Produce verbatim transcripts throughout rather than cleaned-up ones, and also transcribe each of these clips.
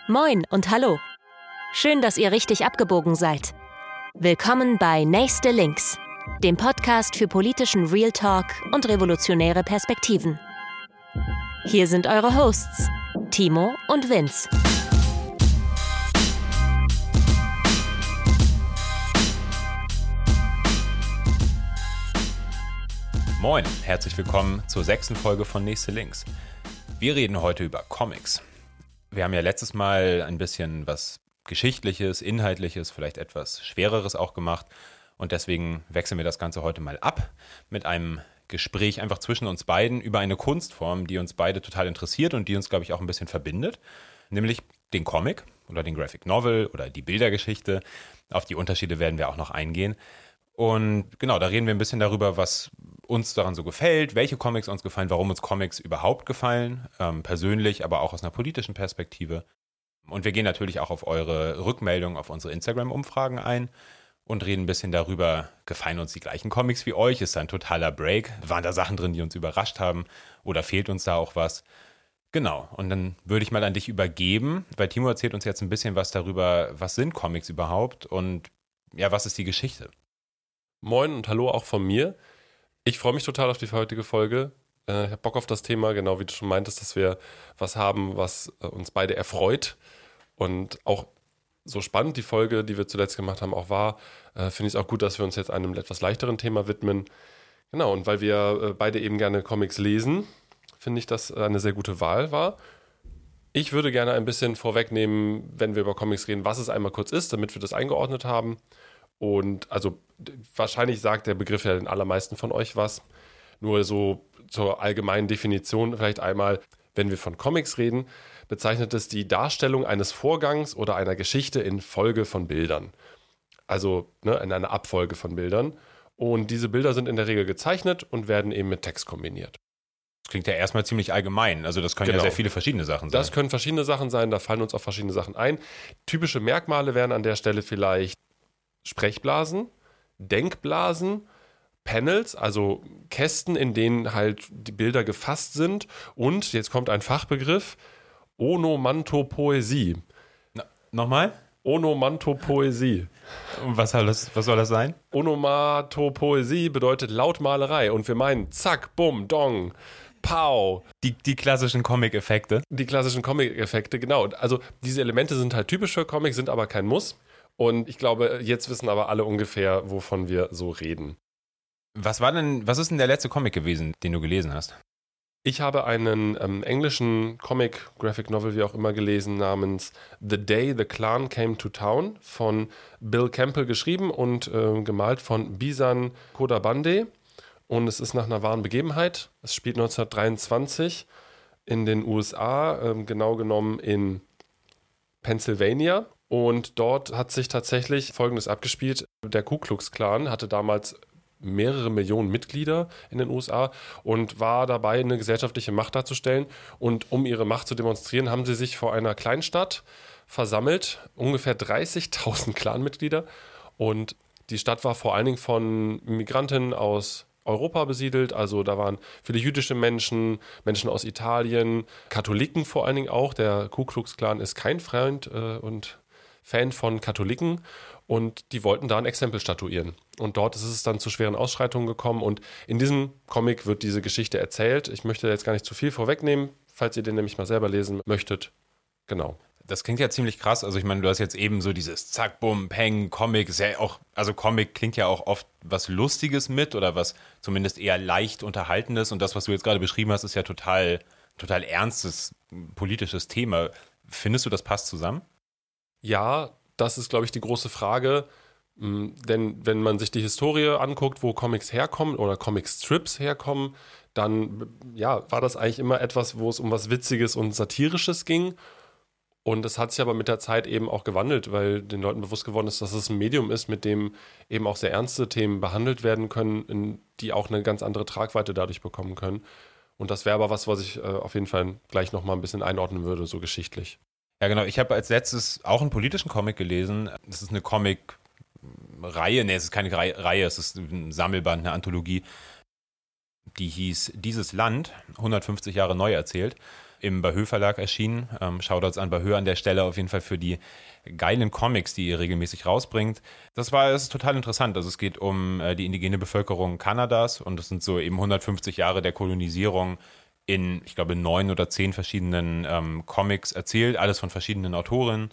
Moin und hallo. Schön, dass ihr richtig abgebogen seid. Willkommen bei Nächste Links, dem Podcast für politischen Real Talk und revolutionäre Perspektiven. Hier sind eure Hosts, Timo und Vince. Moin, herzlich willkommen zur sechsten Folge von Nächste Links. Wir reden heute über Comics. Wir haben ja letztes Mal ein bisschen was Geschichtliches, Inhaltliches, vielleicht etwas Schwereres auch gemacht. Und deswegen wechseln wir das Ganze heute mal ab mit einem Gespräch einfach zwischen uns beiden über eine Kunstform, die uns beide total interessiert und die uns, glaube ich, auch ein bisschen verbindet. Nämlich den Comic oder den Graphic Novel oder die Bildergeschichte. Auf die Unterschiede werden wir auch noch eingehen. Und genau, da reden wir ein bisschen darüber, was uns daran so gefällt, welche Comics uns gefallen, warum uns Comics überhaupt gefallen, ähm, persönlich, aber auch aus einer politischen Perspektive. Und wir gehen natürlich auch auf eure Rückmeldungen, auf unsere Instagram-Umfragen ein und reden ein bisschen darüber, gefallen uns die gleichen Comics wie euch? Ist da ein totaler Break? Waren da Sachen drin, die uns überrascht haben? Oder fehlt uns da auch was? Genau, und dann würde ich mal an dich übergeben, weil Timo erzählt uns jetzt ein bisschen was darüber, was sind Comics überhaupt und ja, was ist die Geschichte? Moin und hallo auch von mir. Ich freue mich total auf die heutige Folge. Ich habe Bock auf das Thema, genau wie du schon meintest, dass wir was haben, was uns beide erfreut. Und auch so spannend die Folge, die wir zuletzt gemacht haben, auch war, finde ich es auch gut, dass wir uns jetzt einem etwas leichteren Thema widmen. Genau, und weil wir beide eben gerne Comics lesen, finde ich, dass eine sehr gute Wahl war. Ich würde gerne ein bisschen vorwegnehmen, wenn wir über Comics reden, was es einmal kurz ist, damit wir das eingeordnet haben. Und also wahrscheinlich sagt der Begriff ja den allermeisten von euch was. Nur so zur allgemeinen Definition vielleicht einmal, wenn wir von Comics reden, bezeichnet es die Darstellung eines Vorgangs oder einer Geschichte in Folge von Bildern. Also ne, in einer Abfolge von Bildern. Und diese Bilder sind in der Regel gezeichnet und werden eben mit Text kombiniert. Das klingt ja erstmal ziemlich allgemein. Also das können genau. ja sehr viele verschiedene Sachen sein. Das können verschiedene Sachen sein, da fallen uns auch verschiedene Sachen ein. Typische Merkmale wären an der Stelle vielleicht Sprechblasen, Denkblasen, Panels, also Kästen, in denen halt die Bilder gefasst sind und, jetzt kommt ein Fachbegriff, Onomantopoesie. Na, nochmal? Onomantopoesie. Was soll das, was soll das sein? Onomatopoesie bedeutet Lautmalerei und wir meinen zack, bumm, dong, pow. Die, die klassischen Comic-Effekte. Die klassischen Comic-Effekte, genau. Also diese Elemente sind halt typisch für Comics, sind aber kein Muss. Und ich glaube, jetzt wissen aber alle ungefähr, wovon wir so reden. Was war denn, was ist denn der letzte Comic gewesen, den du gelesen hast? Ich habe einen ähm, englischen Comic, Graphic Novel, wie auch immer, gelesen, namens The Day the Klan Came to Town von Bill Campbell geschrieben und äh, gemalt von Bisan Kodabande. Und es ist nach einer wahren Begebenheit. Es spielt neunzehnhundertdreiundzwanzig in den U S A, äh, genau genommen in Pennsylvania. Und dort hat sich tatsächlich Folgendes abgespielt. Der Ku Klux Klan hatte damals mehrere Millionen Mitglieder in den U S A und war dabei, eine gesellschaftliche Macht darzustellen. Und um ihre Macht zu demonstrieren, haben sie sich vor einer Kleinstadt versammelt, ungefähr dreißigtausend Clanmitglieder. Und die Stadt war vor allen Dingen von Migranten aus Europa besiedelt, also da waren viele jüdische Menschen, Menschen aus Italien, Katholiken vor allen Dingen auch. Der Ku Klux Klan ist kein Freund äh, und Fan von Katholiken und die wollten da ein Exempel statuieren. Und dort ist es dann zu schweren Ausschreitungen gekommen und in diesem Comic wird diese Geschichte erzählt. Ich möchte jetzt gar nicht zu viel vorwegnehmen, falls ihr den nämlich mal selber lesen möchtet. Genau. Das klingt ja ziemlich krass. Also ich meine, du hast jetzt eben so dieses Zack, Bumm, Peng, Comic. Ist ja auch, also Comic klingt ja auch oft was Lustiges mit oder was zumindest eher leicht Unterhaltendes. Und das, was du jetzt gerade beschrieben hast, ist ja total, total ernstes politisches Thema. Findest du, das passt zusammen? Ja, das ist, glaube ich, die große Frage. Denn wenn man sich die Historie anguckt, wo Comics herkommen oder Comic-Strips herkommen, dann ja, war das eigentlich immer etwas, wo es um was Witziges und Satirisches ging. Und das hat sich aber mit der Zeit eben auch gewandelt, weil den Leuten bewusst geworden ist, dass es ein Medium ist, mit dem eben auch sehr ernste Themen behandelt werden können, in die auch eine ganz andere Tragweite dadurch bekommen können. Und das wäre aber was, was ich äh, auf jeden Fall gleich nochmal ein bisschen einordnen würde, so geschichtlich. Ja, genau. Ich habe als letztes auch einen politischen Comic gelesen. Das ist eine Comic-Reihe. Nee, es ist keine Reihe, es ist ein Sammelband, eine Anthologie. Die hieß Dieses Land, hundertfünfzig Jahre neu erzählt. im Bahö Verlag erschienen. Ähm, Shoutouts an Bahö an der Stelle auf jeden Fall für die geilen Comics, die ihr regelmäßig rausbringt. Das war, das ist total interessant. Also es geht um äh, die indigene Bevölkerung Kanadas und es sind so eben hundertfünfzig Jahre der Kolonisierung in, ich glaube, neun oder zehn verschiedenen ähm, Comics erzählt, alles von verschiedenen Autoren.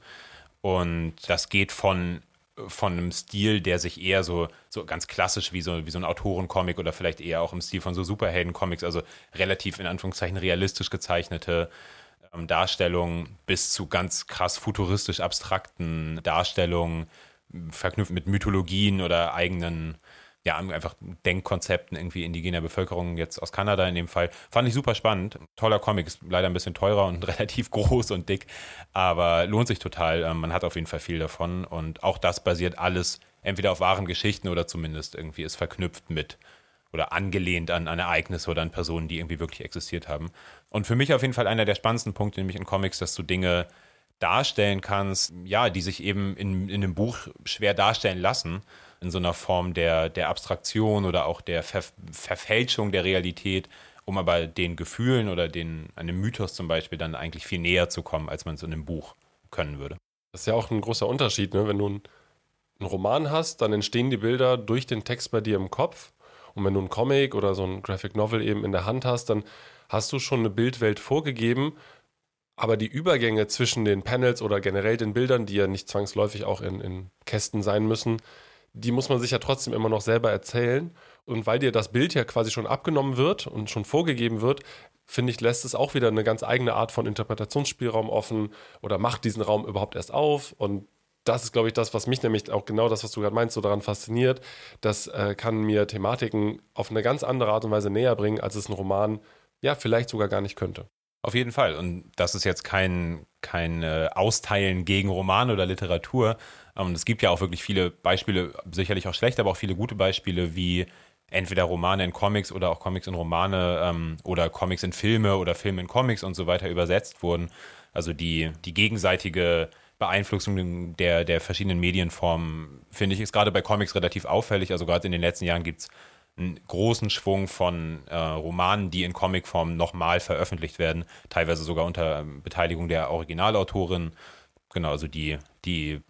Und das geht von, von einem Stil, der sich eher so, so ganz klassisch wie so, wie so ein Autorencomic oder vielleicht eher auch im Stil von so Superhelden-Comics, also relativ in Anführungszeichen realistisch gezeichnete ähm, Darstellungen bis zu ganz krass futuristisch abstrakten Darstellungen, verknüpft mit Mythologien oder eigenen, ja, einfach Denkkonzepten irgendwie indigener Bevölkerung, jetzt aus Kanada in dem Fall. Fand ich super spannend. Toller Comic, ist leider ein bisschen teurer und relativ groß und dick, aber lohnt sich total. Man hat auf jeden Fall viel davon und auch das basiert alles entweder auf wahren Geschichten oder zumindest irgendwie ist verknüpft mit oder angelehnt an, an Ereignisse oder an Personen, die irgendwie wirklich existiert haben. Und für mich auf jeden Fall einer der spannendsten Punkte, nämlich in Comics, dass du Dinge darstellen kannst, ja, die sich eben in, in einem Buch schwer darstellen lassen, in so einer Form der, der Abstraktion oder auch der Ver, Verfälschung der Realität, um aber den Gefühlen oder den, einem Mythos zum Beispiel dann eigentlich viel näher zu kommen, als man es in einem Buch können würde. Das ist ja auch ein großer Unterschied, ne? Wenn du einen, einen Roman hast, dann entstehen die Bilder durch den Text bei dir im Kopf. Und wenn du einen Comic oder so ein Graphic Novel eben in der Hand hast, dann hast du schon eine Bildwelt vorgegeben, aber die Übergänge zwischen den Panels oder generell den Bildern, die ja nicht zwangsläufig auch in, in Kästen sein müssen, die muss man sich ja trotzdem immer noch selber erzählen. Und weil dir das Bild ja quasi schon abgenommen wird und schon vorgegeben wird, finde ich, lässt es auch wieder eine ganz eigene Art von Interpretationsspielraum offen oder macht diesen Raum überhaupt erst auf. Und das ist, glaube ich, das, was mich nämlich auch genau das, was du gerade meinst, so daran fasziniert. Das äh, kann mir Thematiken auf eine ganz andere Art und Weise näher bringen, als es ein Roman ja vielleicht sogar gar nicht könnte. Auf jeden Fall. Und das ist jetzt kein, kein äh, Austeilen gegen Roman oder Literatur. Ähm, es gibt ja auch wirklich viele Beispiele, sicherlich auch schlecht, aber auch viele gute Beispiele, wie entweder Romane in Comics oder auch Comics in Romane ähm, oder Comics in Filme oder Filme in Comics und so weiter übersetzt wurden. Also die, die gegenseitige Beeinflussung der, der verschiedenen Medienformen, finde ich, ist gerade bei Comics relativ auffällig. Also gerade in den letzten Jahren gibt es einen großen Schwung von äh, Romanen, die in Comicform nochmal veröffentlicht werden, teilweise sogar unter ähm, Beteiligung der Originalautorin. Genau, also die, die,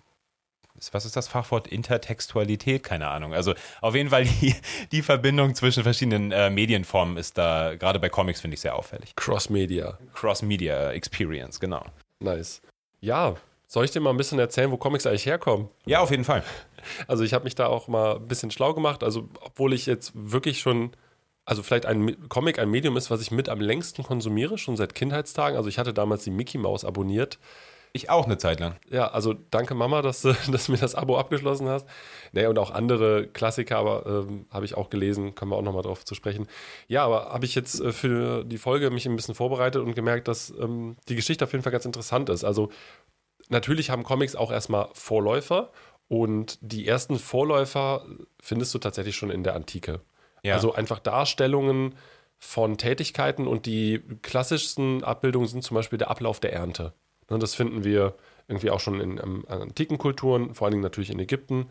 was ist das Fachwort? Intertextualität? Keine Ahnung. Also auf jeden Fall die, die Verbindung zwischen verschiedenen äh, Medienformen ist da, gerade bei Comics, finde ich, sehr auffällig. Cross-Media. Cross-Media Experience, genau. Nice. Ja, soll ich dir mal ein bisschen erzählen, wo Comics eigentlich herkommen? Ja, auf jeden Fall. Also ich habe mich da auch mal ein bisschen schlau gemacht. Also obwohl ich jetzt wirklich schon, also vielleicht ein Comic ein Medium ist, was ich mit am längsten konsumiere, schon seit Kindheitstagen. Also ich hatte damals die Mickey Mouse abonniert. Ich auch eine Zeit lang. Ja, also danke Mama, dass du, dass du mir das Abo abgeschlossen hast. Naja, und auch andere Klassiker, aber ähm, habe ich auch gelesen, können wir auch nochmal drauf zu sprechen. Ja, aber habe ich jetzt äh, für die Folge mich ein bisschen vorbereitet und gemerkt, dass ähm, die Geschichte auf jeden Fall ganz interessant ist. Also natürlich haben Comics auch erstmal Vorläufer und die ersten Vorläufer findest du tatsächlich schon in der Antike. Ja. Also einfach Darstellungen von Tätigkeiten und die klassischsten Abbildungen sind zum Beispiel der Ablauf der Ernte. Das finden wir irgendwie auch schon in, in antiken Kulturen, vor allen Dingen natürlich in Ägypten.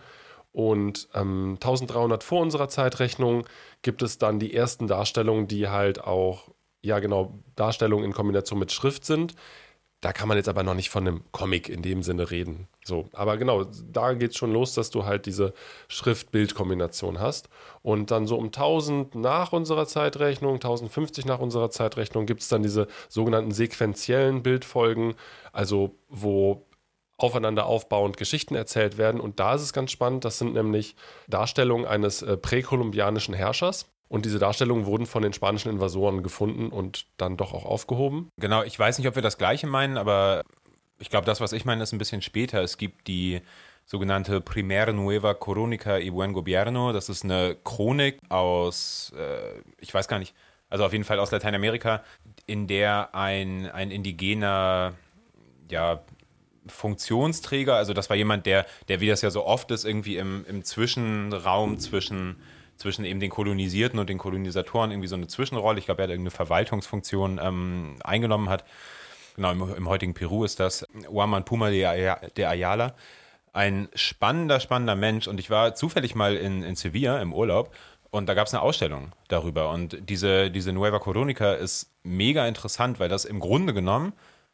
Und ähm, dreizehnhundert vor unserer Zeitrechnung gibt es dann die ersten Darstellungen, die halt auch, ja genau, Darstellungen in Kombination mit Schrift sind. Da kann man jetzt aber noch nicht von einem Comic in dem Sinne reden. So, aber genau, da geht es schon los, dass du halt diese Schrift-Bild-Kombination hast. Und dann so um tausend nach unserer Zeitrechnung, tausendfünfzig nach unserer Zeitrechnung, gibt es dann diese sogenannten sequentiellen Bildfolgen, also wo aufeinander aufbauend Geschichten erzählt werden. Und da ist es ganz spannend, das sind nämlich Darstellungen eines äh, präkolumbianischen Herrschers. Und diese Darstellungen wurden von den spanischen Invasoren gefunden und dann doch auch aufgehoben. Genau, ich weiß nicht, ob wir das Gleiche meinen, aber ich glaube, das, was ich meine, ist ein bisschen später. Es gibt die sogenannte Primera Nueva Crónica y Buen Gobierno. Das ist eine Chronik aus, äh, ich weiß gar nicht, also auf jeden Fall aus Lateinamerika, in der ein, ein indigener, ja, Funktionsträger, also das war jemand, der, der wie das ja so oft ist, irgendwie im, im Zwischenraum zwischen zwischen eben den Kolonisierten und den Kolonisatoren irgendwie so eine Zwischenrolle. Ich glaube, er hat irgendeine Verwaltungsfunktion ähm, eingenommen hat. Genau, im, im heutigen Peru ist das Huaman Puma de, de Ayala. Ein spannender, spannender Mensch. Und ich war zufällig mal in, in Sevilla im Urlaub Und da gab es eine Ausstellung darüber. Und diese, diese Nueva Crónica ist mega interessant, weil das im Grunde genommen,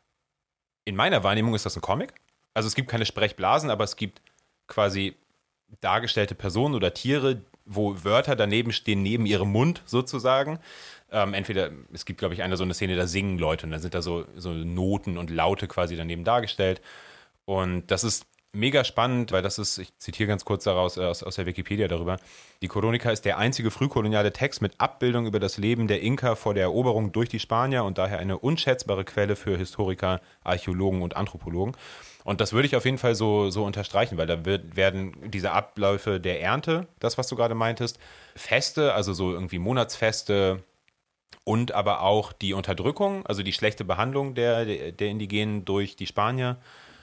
in meiner Wahrnehmung ist das ein Comic. Also es gibt keine Sprechblasen, aber es gibt quasi dargestellte Personen oder Tiere, wo Wörter daneben stehen, neben ihrem Mund sozusagen. Ähm, entweder, es gibt, glaube ich, eine so eine Szene, da singen Leute und dann sind da so, so Noten und Laute quasi daneben dargestellt. Und das ist mega spannend, weil das ist, ich zitiere ganz kurz daraus aus, aus der Wikipedia darüber, die Crónica ist der einzige frühkoloniale Text mit Abbildung über das Leben der Inka vor der Eroberung durch die Spanier und daher eine unschätzbare Quelle für Historiker, Archäologen und Anthropologen. Und das würde ich auf jeden Fall so, so unterstreichen, weil da wird, werden diese Abläufe der Ernte, das, was du gerade meintest, Feste, also so irgendwie Monatsfeste und aber auch die Unterdrückung, also die schlechte Behandlung der, der, der Indigenen durch die Spanier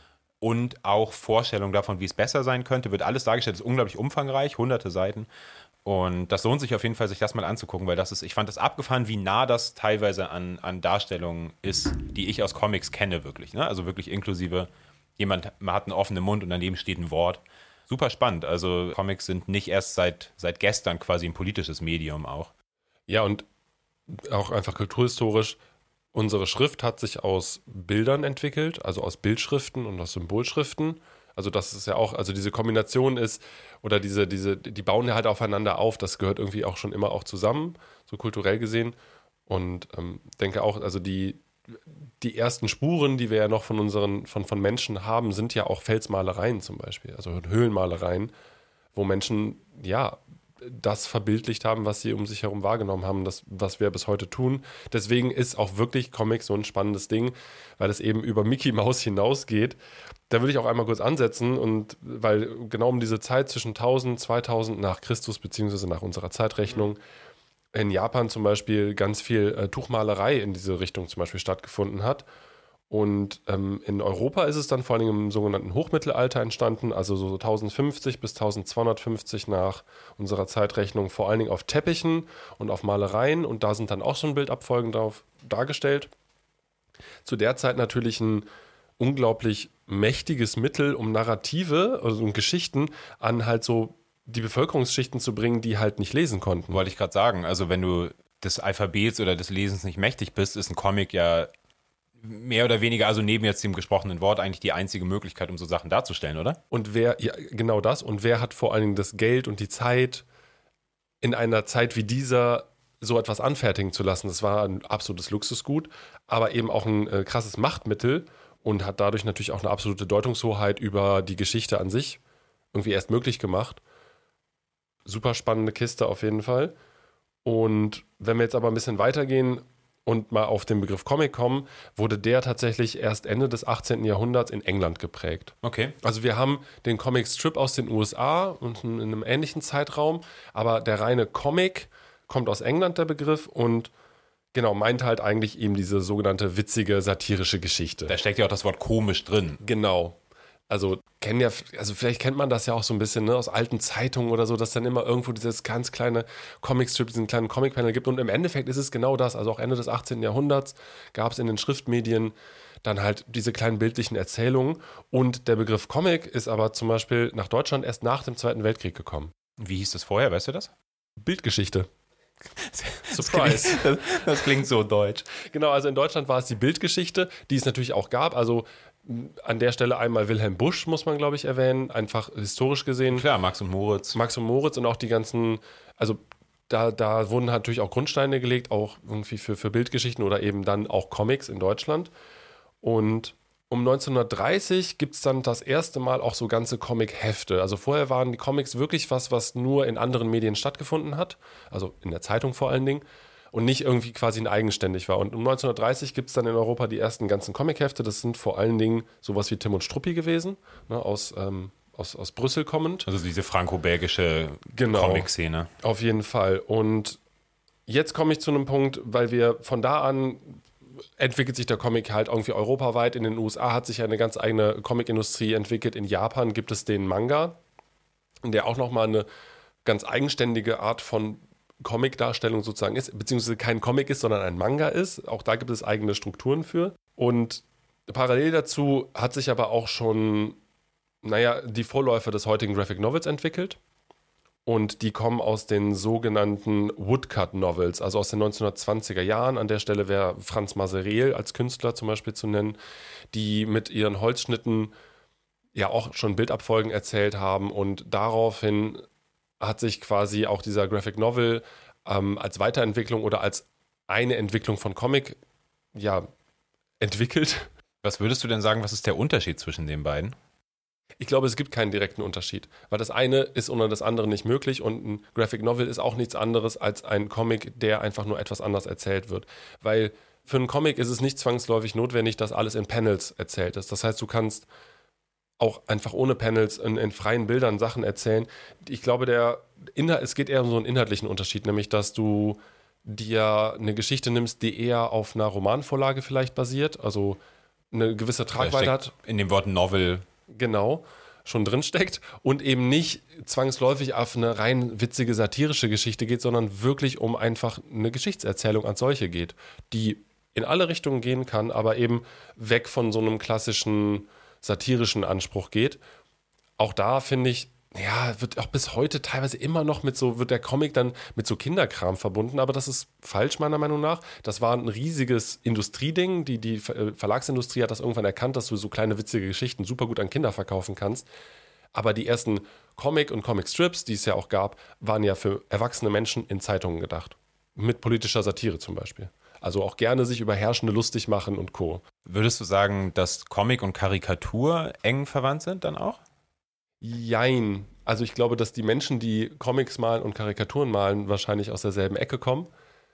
und auch Vorstellungen davon, wie es besser sein könnte, wird alles dargestellt. Das ist unglaublich umfangreich, hunderte Seiten. Und das lohnt sich auf jeden Fall, sich das mal anzugucken, weil das ist, ich fand das abgefahren, wie nah das teilweise an, an Darstellungen ist, die ich aus Comics kenne wirklich. Ne? Also wirklich inklusive, jemand hat einen offenen Mund und daneben steht ein Wort. Super spannend. Also Comics sind nicht erst seit, seit gestern quasi ein politisches Medium auch. Ja, und auch einfach kulturhistorisch, unsere Schrift hat sich aus Bildern entwickelt, also aus Bildschriften und aus Symbolschriften. Also das ist ja auch, also diese Kombination ist, oder diese, diese, die bauen ja halt aufeinander auf, das gehört irgendwie auch schon immer auch zusammen, so kulturell gesehen. Und ähm, denke auch, also die, die ersten Spuren, die wir ja noch von unseren, von, von Menschen haben, sind ja auch Felsmalereien zum Beispiel, also Höhlenmalereien, wo Menschen, ja, das verbildlicht haben, was sie um sich herum wahrgenommen haben, das, was wir bis heute tun. Deswegen ist auch wirklich Comic so ein spannendes Ding, weil es eben über Mickey Mouse hinausgeht. Da würde ich auch einmal kurz ansetzen, und weil genau um diese Zeit zwischen tausend, zweitausend nach Christus, beziehungsweise nach unserer Zeitrechnung, in Japan zum Beispiel ganz viel äh, Tuchmalerei in diese Richtung zum Beispiel stattgefunden hat. Und ähm, in Europa ist es dann vor allem im sogenannten Hochmittelalter entstanden, also so tausendfünfzig bis tausendzweihundertfünfzig nach unserer Zeitrechnung, vor allen Dingen auf Teppichen und auf Malereien, und da sind dann auch schon Bildabfolgen drauf dargestellt. Zu der Zeit natürlich ein unglaublich mächtiges Mittel, um Narrative, also um Geschichten an halt so die Bevölkerungsschichten zu bringen, die halt nicht lesen konnten. Wollte ich gerade sagen, also wenn du des Alphabets oder des Lesens nicht mächtig bist, ist ein Comic ja mehr oder weniger, also neben jetzt dem gesprochenen Wort, eigentlich die einzige Möglichkeit, um so Sachen darzustellen, oder? Und wer, ja, genau das, und wer hat vor allen Dingen das Geld und die Zeit, in einer Zeit wie dieser so etwas anfertigen zu lassen? Das war ein absolutes Luxusgut, aber eben auch ein äh, krasses Machtmittel und hat dadurch natürlich auch eine absolute Deutungshoheit über die Geschichte an sich irgendwie erst möglich gemacht. Super spannende Kiste auf jeden Fall. Und wenn wir jetzt aber ein bisschen weitergehen und mal auf den Begriff Comic kommen, wurde der tatsächlich erst Ende des achtzehnten Jahrhunderts in England geprägt. Okay. Also wir haben den Comic-Strip aus den U S A und in einem ähnlichen Zeitraum, aber der reine Comic kommt aus England, der Begriff, und genau, meint halt eigentlich eben diese sogenannte witzige, satirische Geschichte. Da steckt ja auch das Wort komisch drin. Genau. Also kennen ja, also vielleicht kennt man das ja auch so ein bisschen, ne, aus alten Zeitungen oder so, dass dann immer irgendwo dieses ganz kleine Comicstrip, diesen kleinen Comic-Panel gibt. Und im Endeffekt ist es genau das. Also auch Ende des achtzehnten Jahrhunderts gab es in den Schriftmedien dann halt diese kleinen bildlichen Erzählungen. Und der Begriff Comic ist aber zum Beispiel nach Deutschland erst nach dem Zweiten Weltkrieg gekommen. Wie hieß das vorher, weißt du das? Bildgeschichte. Surprise. Das klingt, das klingt so deutsch. Genau, also in Deutschland war es die Bildgeschichte, die es natürlich auch gab. Also an der Stelle einmal Wilhelm Busch, muss man, glaube ich, erwähnen, einfach historisch gesehen. Klar, Max und Moritz. Max und Moritz und auch die ganzen, also da, da wurden natürlich auch Grundsteine gelegt, auch irgendwie für, für Bildgeschichten oder eben dann auch Comics in Deutschland. Und um neunzehnhundertdreißig gibt es dann das erste Mal auch so ganze Comic-Hefte. Also vorher waren die Comics wirklich was, was nur in anderen Medien stattgefunden hat, also in der Zeitung vor allen Dingen, und nicht irgendwie quasi eigenständig war. Und um neunzehnhundertdreißig gibt es dann in Europa die ersten ganzen Comic-Hefte. Das sind vor allen Dingen sowas wie Tim und Struppi gewesen, ne, aus, ähm, aus, aus Brüssel kommend. Also diese franco-belgische genau, Comic-Szene. Auf jeden Fall. Und jetzt komme ich zu einem Punkt, weil wir von da an entwickelt sich der Comic halt irgendwie europaweit. In den U S A hat sich eine ganz eigene Comic-Industrie entwickelt. In Japan gibt es den Manga, der auch nochmal eine ganz eigenständige Art von Comic-Darstellung sozusagen ist, beziehungsweise kein Comic ist, sondern ein Manga ist. Auch da gibt es eigene Strukturen für. Und parallel dazu hat sich aber auch schon, naja, die Vorläufer des heutigen Graphic Novels entwickelt. Und die kommen aus den sogenannten Woodcut-Novels, also aus den neunzehnhundertzwanziger Jahren. An der Stelle wäre Franz Masereel als Künstler zum Beispiel zu nennen, die mit ihren Holzschnitten ja auch schon Bildabfolgen erzählt haben. Und daraufhin hat sich quasi auch dieser Graphic Novel ähm, als Weiterentwicklung oder als eine Entwicklung von Comic ja entwickelt. Was würdest du denn sagen, was ist der Unterschied zwischen den beiden? Ich glaube, es gibt keinen direkten Unterschied, weil das eine ist ohne das andere nicht möglich und ein Graphic Novel ist auch nichts anderes als ein Comic, der einfach nur etwas anders erzählt wird. Weil für einen Comic ist es nicht zwangsläufig notwendig, dass alles in Panels erzählt ist. Das heißt, du kannst auch einfach ohne Panels in, in freien Bildern Sachen erzählen. Ich glaube, der Inhalt, es geht eher um so einen inhaltlichen Unterschied, nämlich, dass du dir eine Geschichte nimmst, die eher auf einer Romanvorlage vielleicht basiert, also eine gewisse Tragweite hat. In dem Wort Novel Genau, schon drinsteckt und eben nicht zwangsläufig auf eine rein witzige, satirische Geschichte geht, sondern wirklich um einfach eine Geschichtserzählung als solche geht, die in alle Richtungen gehen kann, aber eben weg von so einem klassischen satirischen Anspruch geht. Auch da finde ich, ja, wird auch bis heute teilweise immer noch mit so, wird der Comic dann mit so Kinderkram verbunden, aber das ist falsch meiner Meinung nach. Das war ein riesiges Industrieding, die, die Verlagsindustrie hat das irgendwann erkannt, dass du so kleine witzige Geschichten super gut an Kinder verkaufen kannst. Aber die ersten Comic- und Comic-Strips, die es ja auch gab, waren ja für erwachsene Menschen in Zeitungen gedacht. Mit politischer Satire zum Beispiel. Also auch gerne sich über Herrschende lustig machen und Co. Würdest du sagen, dass Comic und Karikatur eng verwandt sind dann auch? Jein. Also ich glaube, dass die Menschen, die Comics malen und Karikaturen malen, wahrscheinlich aus derselben Ecke kommen.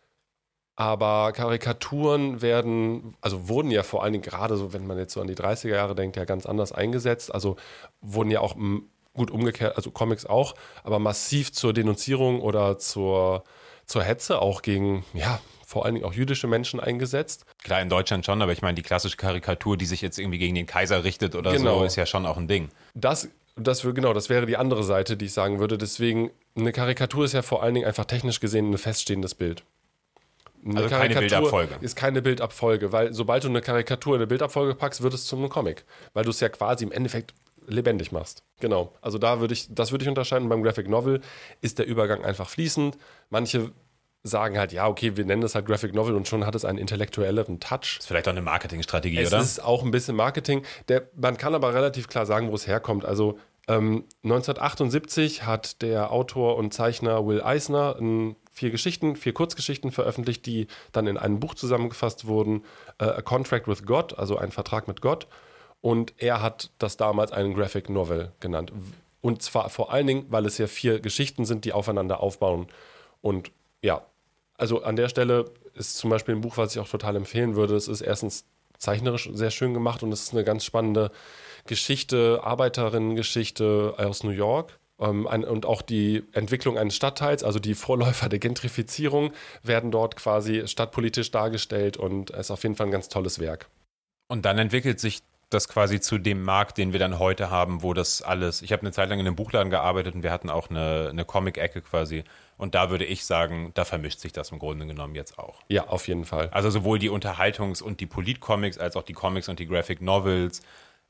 Aber Karikaturen werden, also wurden ja vor allen Dingen gerade so, wenn man jetzt so an die dreißiger Jahre denkt, ja ganz anders eingesetzt. Also wurden ja auch gut umgekehrt, also Comics auch, aber massiv zur Denunzierung oder zur, zur Hetze auch gegen, ja, vor allen Dingen auch jüdische Menschen eingesetzt. Klar, in Deutschland schon, aber ich meine, die klassische Karikatur, die sich jetzt irgendwie gegen den Kaiser richtet oder Genau. so, ist ja schon auch ein Ding. Das Das, genau, das wäre die andere Seite, die ich sagen würde. Deswegen, eine Karikatur ist ja vor allen Dingen einfach technisch gesehen ein feststehendes Bild. Eine Also keine Karikatur Bildabfolge. Ist keine Bildabfolge, weil sobald du eine Karikatur in eine Bildabfolge packst, wird es zu einem Comic. Weil du es ja quasi im Endeffekt lebendig machst. Genau. Also da würde ich, das würde ich unterscheiden. Beim Graphic Novel ist der Übergang einfach fließend. Manche sagen halt, ja, okay, wir nennen das halt Graphic Novel und schon hat es einen intellektuelleren Touch. Ist vielleicht auch eine Marketingstrategie, es oder? Es ist auch ein bisschen Marketing. Der, man kann aber relativ klar sagen, wo es herkommt. Also ähm, neunzehnhundertachtundsiebzig hat der Autor und Zeichner Will Eisner ein, vier Geschichten, vier Kurzgeschichten veröffentlicht, die dann in einem Buch zusammengefasst wurden. Äh, A Contract with God, also ein Vertrag mit Gott. Und er hat das damals einen Graphic Novel genannt. Und zwar vor allen Dingen, weil es ja vier Geschichten sind, die aufeinander aufbauen. Und ja, also an der Stelle ist zum Beispiel ein Buch, was ich auch total empfehlen würde. Es ist erstens zeichnerisch sehr schön gemacht und es ist eine ganz spannende Geschichte, Arbeiterinnengeschichte aus New York. Ähm, ein, und auch die Entwicklung eines Stadtteils, also die Vorläufer der Gentrifizierung, werden dort quasi stadtpolitisch dargestellt und es ist auf jeden Fall ein ganz tolles Werk. Und dann entwickelt sich das quasi zu dem Markt, den wir dann heute haben, wo das alles, ich habe eine Zeit lang in einem Buchladen gearbeitet und wir hatten auch eine, eine Comic-Ecke quasi und da würde ich sagen, da vermischt sich das im Grunde genommen jetzt auch. Ja, auf jeden Fall. Also sowohl die Unterhaltungs- und die Polit-Comics als auch die Comics und die Graphic Novels,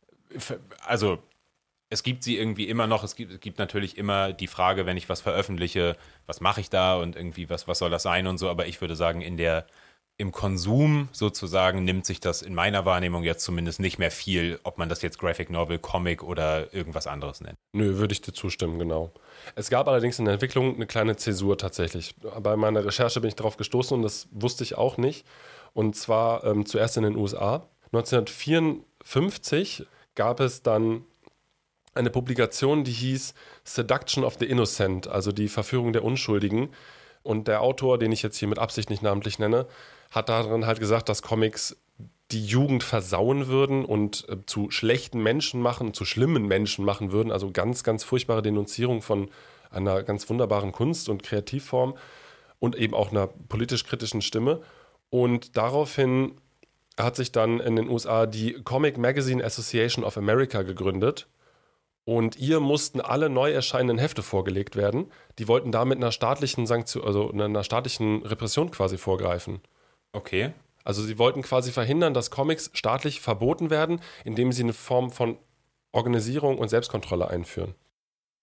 also es gibt sie irgendwie immer noch, es gibt, es gibt natürlich immer die Frage, wenn ich was veröffentliche, was mache ich da und irgendwie, was, was soll das sein und so, aber ich würde sagen, in der im Konsum sozusagen nimmt sich das in meiner Wahrnehmung jetzt zumindest nicht mehr viel, ob man das jetzt Graphic Novel, Comic oder irgendwas anderes nennt. Nö, würde ich dir zustimmen, genau. Es gab allerdings in der Entwicklung eine kleine Zäsur tatsächlich. Bei meiner Recherche bin ich darauf gestoßen und das wusste ich auch nicht. Und zwar ähm, zuerst in den U S A. neunzehnhundertvierundfünfzig gab es dann eine Publikation, die hieß Seduction of the Innocent, also die Verführung der Unschuldigen. Und der Autor, den ich jetzt hier mit Absicht nicht namentlich nenne, hat darin halt gesagt, dass Comics die Jugend versauen würden und äh, zu schlechten Menschen machen, zu schlimmen Menschen machen würden. Also ganz, ganz furchtbare Denunzierung von einer ganz wunderbaren Kunst- und Kreativform und eben auch einer politisch-kritischen Stimme. Und daraufhin hat sich dann in den U S A die Comic Magazine Association of America gegründet. Und ihr mussten alle neu erscheinenden Hefte vorgelegt werden. Die wollten damit einer staatlichen Sanktion, also einer staatlichen Repression quasi vorgreifen. Okay. Also sie wollten quasi verhindern, dass Comics staatlich verboten werden, indem sie eine Form von Organisierung und Selbstkontrolle einführen.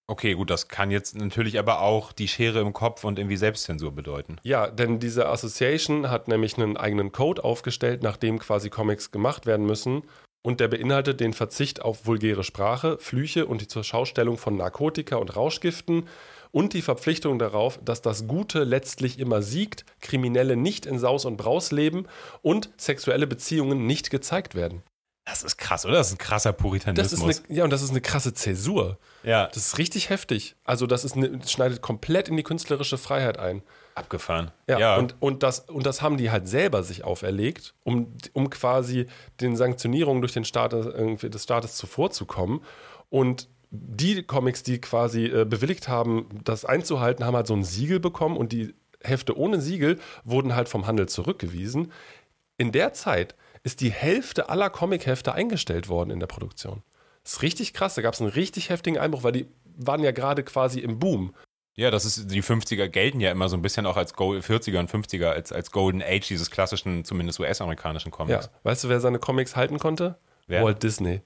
Okay, gut, das kann jetzt natürlich aber auch die Schere im Kopf und irgendwie Selbstzensur bedeuten. Ja, denn diese Association hat nämlich einen eigenen Code aufgestellt, nach dem quasi Comics gemacht werden müssen. Und der beinhaltet den Verzicht auf vulgäre Sprache, Flüche und die Zurschaustellung von Narkotika und Rauschgiften und die Verpflichtung darauf, dass das Gute letztlich immer siegt, Kriminelle nicht in Saus und Braus leben und sexuelle Beziehungen nicht gezeigt werden. Das ist krass, oder? Das ist ein krasser Puritanismus. Das ist eine, ja, und das ist eine krasse Zäsur. Ja. Das ist richtig heftig. Also das, ist eine, das schneidet komplett in die künstlerische Freiheit ein. Abgefahren. Ja, ja. Und, und, das, und das haben die halt selber sich auferlegt, um, um quasi den Sanktionierungen durch den Staat, irgendwie des Staates zuvorzukommen. Und die Comics, die quasi äh, bewilligt haben, das einzuhalten, haben halt so ein Siegel bekommen und die Hefte ohne Siegel wurden halt vom Handel zurückgewiesen. In der Zeit ist die Hälfte aller Comic-Hefte eingestellt worden in der Produktion. Das ist richtig krass, da gab es einen richtig heftigen Einbruch, weil die waren ja gerade quasi im Boom. Ja, das ist, die fünfziger gelten ja immer so ein bisschen auch als Gold, vierziger und fünfziger als, als Golden Age dieses klassischen, zumindest U S-amerikanischen Comics. Ja, weißt du, wer seine Comics halten konnte? Wer? Walt Disney.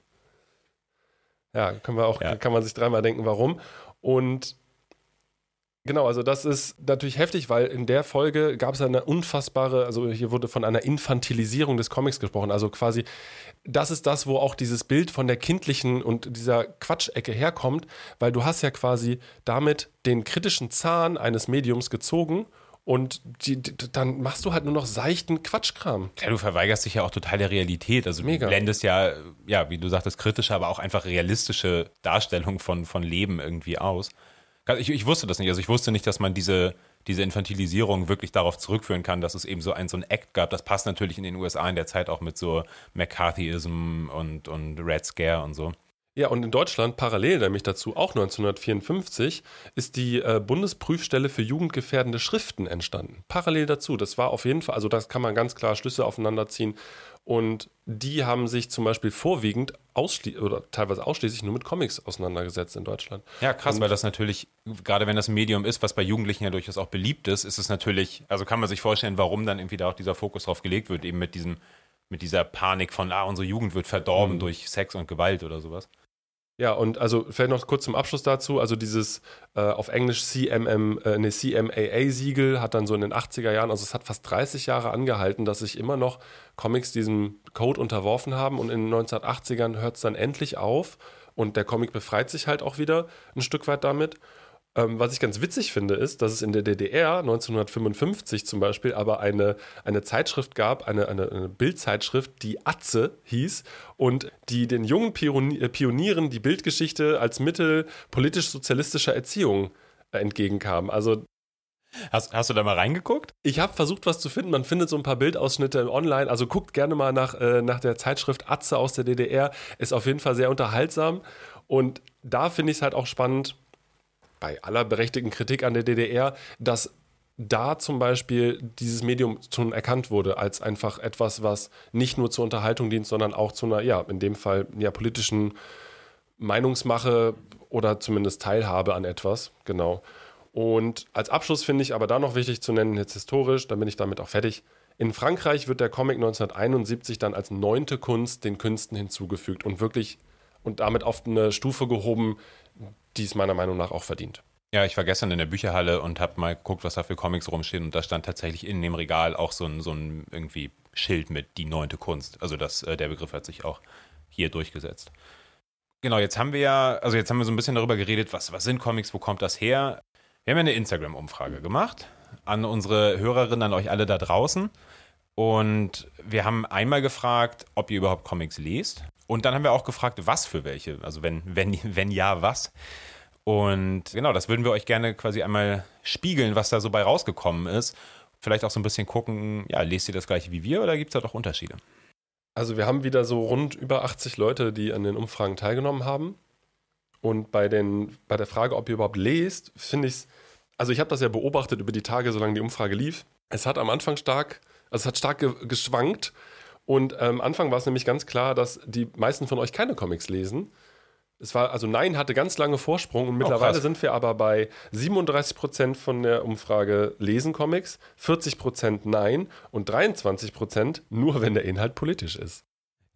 Ja, können wir auch, Ja. kann man sich dreimal denken, warum. Und genau, also das ist natürlich heftig, weil in der Folge gab es eine unfassbare, also hier wurde von einer Infantilisierung des Comics gesprochen. Also quasi, das ist das, wo auch dieses Bild von der kindlichen und dieser Quatschecke herkommt, weil du hast ja quasi damit den kritischen Zahn eines Mediums gezogen und die, die, dann machst du halt nur noch seichten Quatschkram. Ja, du verweigerst dich ja auch total der Realität. Also Mega. du blendest ja, ja, wie du sagtest, kritische, aber auch einfach realistische Darstellung von, von Leben irgendwie aus. Ich, ich wusste das nicht. Also ich wusste nicht, dass man diese, diese Infantilisierung wirklich darauf zurückführen kann, dass es eben so ein, so ein Act gab. Das passt natürlich in den U S A in der Zeit auch mit so McCarthyism und, und Red Scare und so. Ja, und in Deutschland, parallel nämlich dazu, auch neunzehnhundertvierundfünfzig, ist die äh, Bundesprüfstelle für jugendgefährdende Schriften entstanden. Parallel dazu. Das war auf jeden Fall, also das kann man ganz klar Schlüsse aufeinander ziehen. Und die haben sich zum Beispiel vorwiegend ausschli- oder teilweise ausschließlich nur mit Comics auseinandergesetzt in Deutschland. Ja, krass, Und weil das natürlich, gerade wenn das ein Medium ist, was bei Jugendlichen ja durchaus auch beliebt ist, ist es natürlich, also kann man sich vorstellen, warum dann irgendwie da auch dieser Fokus drauf gelegt wird, eben mit diesem, mit dieser Panik von, ah, unsere Jugend wird verdorben Mhm. durch Sex und Gewalt oder sowas. Ja, und also vielleicht noch kurz zum Abschluss dazu, also dieses äh, auf Englisch C M M, äh, nee, C M A A-Siegel hat dann so in den achtziger Jahren, also es hat fast dreißig Jahre angehalten, dass sich immer noch Comics diesem Code unterworfen haben und in den neunzehnhundertachtzigern hört es dann endlich auf und der Comic befreit sich halt auch wieder ein Stück weit damit. Ähm, was ich ganz witzig finde, ist, dass es in der D D R neunzehnhundertfünfundfünfzig zum Beispiel aber eine, eine Zeitschrift gab, eine, eine, eine Bildzeitschrift, die Atze hieß und die den jungen Pioni- äh, Pionieren die Bildgeschichte als Mittel politisch-sozialistischer Erziehung äh, entgegenkam. Also Hast, hast du da mal reingeguckt? ich habe versucht, was zu finden. Man findet so ein paar Bildausschnitte online. Also guckt gerne mal nach, äh, nach der Zeitschrift Atze aus der D D R. Ist auf jeden Fall sehr unterhaltsam. Und da finde ich es halt auch spannend, bei aller berechtigten Kritik an der D D R, dass da zum Beispiel dieses Medium schon erkannt wurde als einfach etwas, was nicht nur zur Unterhaltung dient, sondern auch zu einer, ja, in dem Fall ja, politischen Meinungsmache oder zumindest Teilhabe an etwas. Genau. Und als Abschluss finde ich aber da noch wichtig zu nennen, jetzt historisch, dann bin ich damit auch fertig. In Frankreich wird der Comic neunzehnhunderteinundsiebzig dann als neunte Kunst den Künsten hinzugefügt und wirklich und damit auf eine Stufe gehoben, die es meiner Meinung nach auch verdient. Ja, ich war gestern in der Bücherhalle und habe mal geguckt, was da für Comics rumstehen und da stand tatsächlich in dem Regal auch so ein, so ein irgendwie Schild mit die neunte Kunst. Also das, äh, der Begriff hat sich auch hier durchgesetzt. Genau, jetzt haben wir ja, also jetzt haben wir so ein bisschen darüber geredet, was, was sind Comics, wo kommt das her? Wir haben ja eine Instagram-Umfrage gemacht an unsere Hörerinnen, an euch alle da draußen. Und wir haben einmal gefragt, ob ihr überhaupt Comics lest. Und dann haben wir auch gefragt, was für welche. Also wenn, wenn, wenn ja, was. Und genau, das würden wir euch gerne quasi einmal spiegeln, was da so bei rausgekommen ist. Vielleicht auch so ein bisschen gucken, ja, lest ihr das gleiche wie wir oder gibt es da doch Unterschiede? Also wir haben wieder so rund über achtzig Leute, die an den Umfragen teilgenommen haben. Und bei, den, bei der Frage, ob ihr überhaupt lest, finde ich es, also ich habe das ja beobachtet über die Tage, solange die Umfrage lief. Es hat am Anfang stark, also es hat stark ge- geschwankt. Und am Anfang war es nämlich ganz klar, dass die meisten von euch keine Comics lesen. Es war, also Nein hatte ganz lange Vorsprung und mittlerweile krass. sind wir aber bei siebenunddreißig Prozent von der Umfrage lesen Comics, vierzig Prozent Nein und dreiundzwanzig Prozent nur, wenn der Inhalt politisch ist.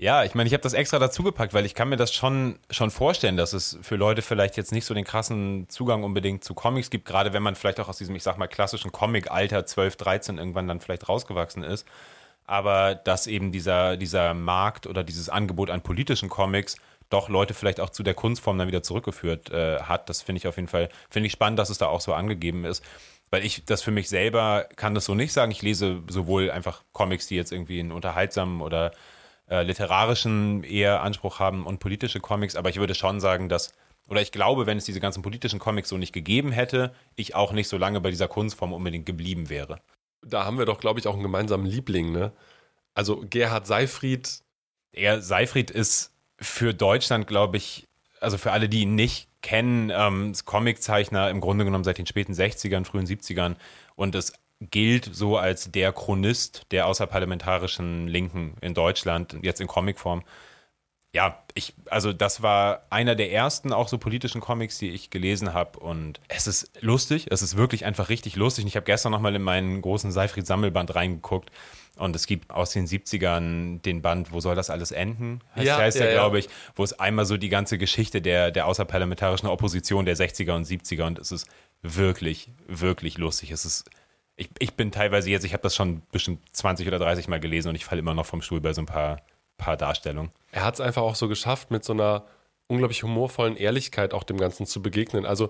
Ja, ich meine, ich habe das extra dazu gepackt, weil ich kann mir das schon, schon vorstellen, dass es für Leute vielleicht jetzt nicht so den krassen Zugang unbedingt zu Comics gibt, gerade wenn man vielleicht auch aus diesem, ich sag mal, klassischen Comic-Alter zwölf, dreizehn irgendwann dann vielleicht rausgewachsen ist. Aber dass eben dieser, dieser Markt oder dieses Angebot an politischen Comics doch Leute vielleicht auch zu der Kunstform dann wieder zurückgeführt äh, hat. Das finde ich auf jeden Fall, finde ich spannend, dass es da auch so angegeben ist. Weil ich das für mich selber kann das so nicht sagen. Ich lese sowohl einfach Comics, die jetzt irgendwie einen unterhaltsamen oder äh, literarischen eher Anspruch haben und politische Comics, aber ich würde schon sagen, dass, oder ich glaube, wenn es diese ganzen politischen Comics so nicht gegeben hätte, ich auch nicht so lange bei dieser Kunstform unbedingt geblieben wäre. Da haben wir doch, glaube ich, auch einen gemeinsamen Liebling, ne? Also Gerhard Seyfried. Er, Seyfried ist für Deutschland, glaube ich, also für alle, die ihn nicht kennen, ähm, Comiczeichner im Grunde genommen seit den späten sechzigern, frühen siebzigern und es gilt so als der Chronist der außerparlamentarischen Linken in Deutschland, jetzt in Comicform. Ja, ich, also das war einer der ersten auch so politischen Comics, die ich gelesen habe und es ist lustig, es ist wirklich einfach richtig lustig und ich habe gestern nochmal in meinen großen Seyfried-Sammelband reingeguckt und es gibt aus den siebzigern den Band, wo soll das alles enden? Heißt, ja, heißt ja, der, ja. glaube ich, wo es einmal so die ganze Geschichte der, der außerparlamentarischen Opposition der sechziger und siebziger und es ist wirklich, wirklich lustig. Es ist, ich, ich bin teilweise jetzt, ich habe das schon bestimmt zwanzig oder dreißig Mal gelesen und ich falle immer noch vom Stuhl bei so ein paar, paar Darstellungen. Er hat es einfach auch so geschafft, mit so einer unglaublich humorvollen Ehrlichkeit auch dem Ganzen zu begegnen. Also,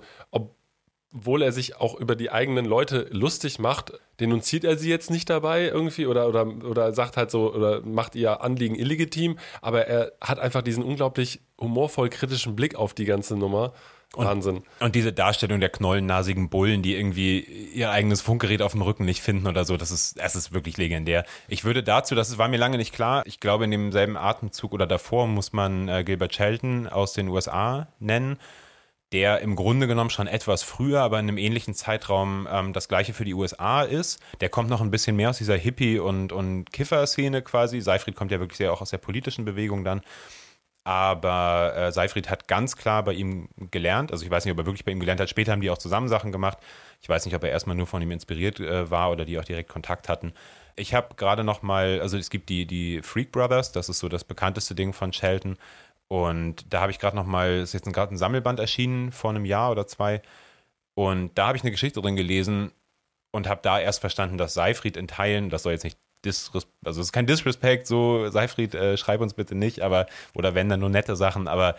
obwohl er sich auch über die eigenen Leute lustig macht, denunziert er sie jetzt nicht dabei irgendwie oder, oder, oder sagt halt so, oder macht ihr Anliegen illegitim, aber er hat einfach diesen unglaublich humorvoll kritischen Blick auf die ganze Nummer. Wahnsinn. Und, und diese Darstellung der knollennasigen Bullen, die irgendwie ihr eigenes Funkgerät auf dem Rücken nicht finden oder so, das ist, das ist wirklich legendär. Ich würde dazu, das war mir lange nicht klar, ich glaube in demselben Atemzug oder davor muss man äh, Gilbert Shelton aus den U S A nennen, der im Grunde genommen schon etwas früher, aber in einem ähnlichen Zeitraum ähm, das gleiche für die U S A ist. Der kommt noch ein bisschen mehr aus dieser Hippie- und, und Kiffer-Szene quasi. Seyfried kommt ja wirklich sehr auch aus der politischen Bewegung dann. Aber äh, Seyfried hat ganz klar bei ihm gelernt, also ich weiß nicht, ob er wirklich bei ihm gelernt hat, später haben die auch zusammen Sachen gemacht. Ich weiß nicht, ob er erstmal nur von ihm inspiriert äh, war oder die auch direkt Kontakt hatten. Ich habe gerade noch mal, also es gibt die, die Freak Brothers, das ist so das bekannteste Ding von Shelton und da habe ich gerade noch mal, es ist jetzt gerade ein Sammelband erschienen vor einem Jahr oder zwei und da habe ich eine Geschichte drin gelesen und habe da erst verstanden, dass Seyfried in Teilen, das soll jetzt nicht Disres- also es ist kein Disrespect, so Seyfried, äh, schreib uns bitte nicht, aber oder wenn dann nur nette Sachen, aber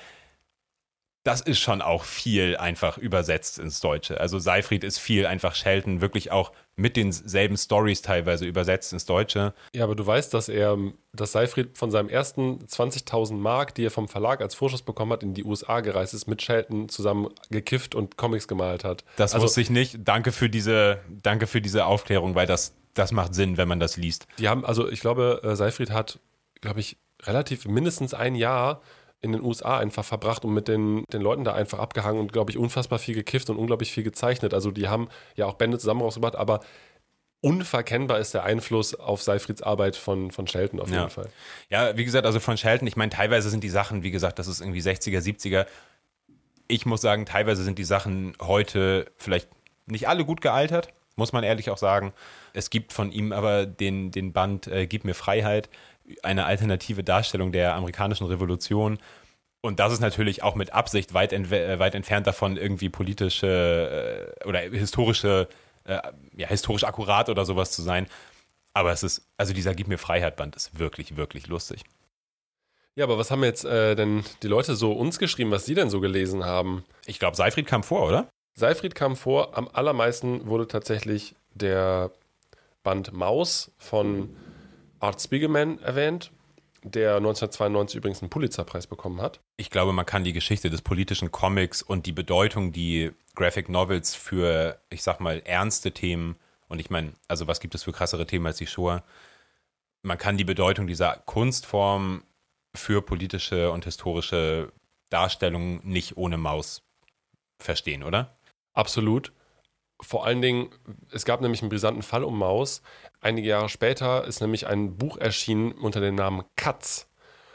das ist schon auch viel einfach übersetzt ins Deutsche. Also Seyfried ist viel einfach Shelton, wirklich auch mit denselben Stories teilweise übersetzt ins Deutsche. Ja, aber du weißt, dass er, dass Seyfried von seinem ersten zwanzigtausend Mark, die er vom Verlag als Vorschuss bekommen hat, in die U S A gereist ist, mit Shelton zusammen gekifft und Comics gemalt hat. Das also, wusste ich nicht. Danke für diese, danke für diese Aufklärung, weil das, das macht Sinn, wenn man das liest. Die haben, also ich glaube, Seyfried hat, glaube ich, relativ mindestens ein Jahr in den U S A einfach verbracht und mit den, den Leuten da einfach abgehangen und, glaube ich, unfassbar viel gekifft und unglaublich viel gezeichnet. Also die haben ja auch Bände zusammen rausgebracht, aber unverkennbar ist der Einfluss auf Seyfrieds Arbeit von, von Shelton auf jeden Ja. Fall. Ja, wie gesagt, also von Shelton, ich meine, teilweise sind die Sachen, wie gesagt, das ist irgendwie sechziger, siebziger. Ich muss sagen, teilweise sind die Sachen heute vielleicht nicht alle gut gealtert, muss man ehrlich auch sagen. Es gibt von ihm aber den, den Band äh, Gib mir Freiheit, eine alternative Darstellung der amerikanischen Revolution. Und das ist natürlich auch mit Absicht weit, ent- weit entfernt davon, irgendwie politische äh, oder historische, äh, ja, historisch akkurat oder sowas zu sein. Aber es ist, also dieser Gib mir Freiheit-Band ist wirklich, wirklich lustig. Ja, aber was haben jetzt äh, denn die Leute so uns geschrieben, was sie denn so gelesen haben? Ich glaube, Seyfried kam vor, oder? Seyfried kam vor, am allermeisten wurde tatsächlich der Band Maus von Art Spiegelman erwähnt, der neunzehnhundertzweiundneunzig übrigens einen Pulitzerpreis bekommen hat. Ich glaube, man kann die Geschichte des politischen Comics und die Bedeutung, die Graphic Novels für, ich sag mal, ernste Themen, und ich meine, also was gibt es für krassere Themen als die Shoah? Man kann die Bedeutung dieser Kunstform für politische und historische Darstellungen nicht ohne Maus verstehen, oder? Absolut. Vor allen Dingen, es gab nämlich einen brisanten Fall um Maus. Einige Jahre später ist nämlich ein Buch erschienen unter dem Namen Katz.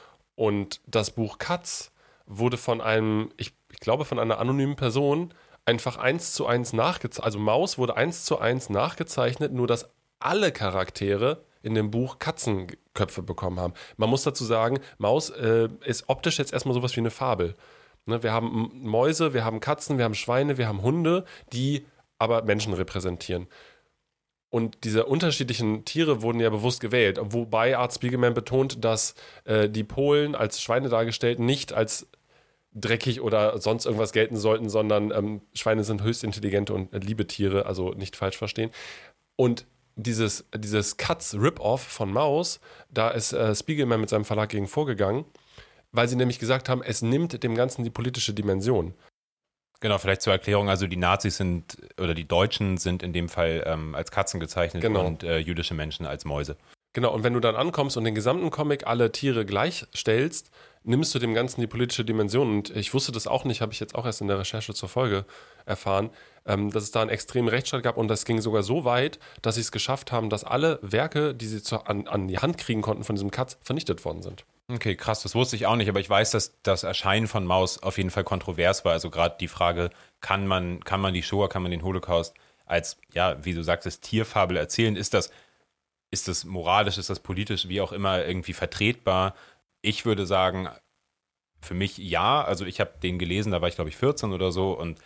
Und das Buch Katz wurde von einem, ich, ich glaube von einer anonymen Person, einfach eins zu eins nachgezeichnet. Also Maus wurde eins zu eins nachgezeichnet, nur dass alle Charaktere in dem Buch Katzenköpfe bekommen haben. Man muss dazu sagen, Maus äh, ist optisch jetzt erstmal sowas wie eine Fabel. Ne, wir haben Mäuse, wir haben Katzen, wir haben Schweine, wir haben Hunde, die aber Menschen repräsentieren. Und diese unterschiedlichen Tiere wurden ja bewusst gewählt, wobei Art Spiegelman betont, dass äh, die Polen als Schweine dargestellt nicht als dreckig oder sonst irgendwas gelten sollten, sondern ähm, Schweine sind höchst intelligente und äh, liebe Tiere, also nicht falsch verstehen. Und dieses, dieses Katz-Rip-Off von Maus, da ist äh, Spiegelman mit seinem Verlag gegen vorgegangen, weil sie nämlich gesagt haben, es nimmt dem Ganzen die politische Dimension. Genau, vielleicht zur Erklärung, also die Nazis sind, oder die Deutschen sind in dem Fall ähm, als Katzen gezeichnet genau. und äh, jüdische Menschen als Mäuse. Genau, und wenn du dann ankommst und den gesamten Comic alle Tiere gleichstellst, nimmst du dem Ganzen die politische Dimension. Und ich wusste das auch nicht, habe ich jetzt auch erst in der Recherche zur Folge erfahren, ähm, dass es da einen extremen Rechtsstreit gab und das ging sogar so weit, dass sie es geschafft haben, dass alle Werke, die sie zu, an, an die Hand kriegen konnten von diesem Katz, vernichtet worden sind. Okay, krass, das wusste ich auch nicht, aber ich weiß, dass das Erscheinen von Maus auf jeden Fall kontrovers war. Also gerade die Frage, kann man, kann man die Shoah, kann man den Holocaust als, ja, wie du sagtest, Tierfabel erzählen? Ist das, ist das moralisch, ist das politisch, wie auch immer, irgendwie vertretbar? Ich würde sagen, für mich ja. Also ich habe den gelesen, da war ich glaube ich vierzehn oder so und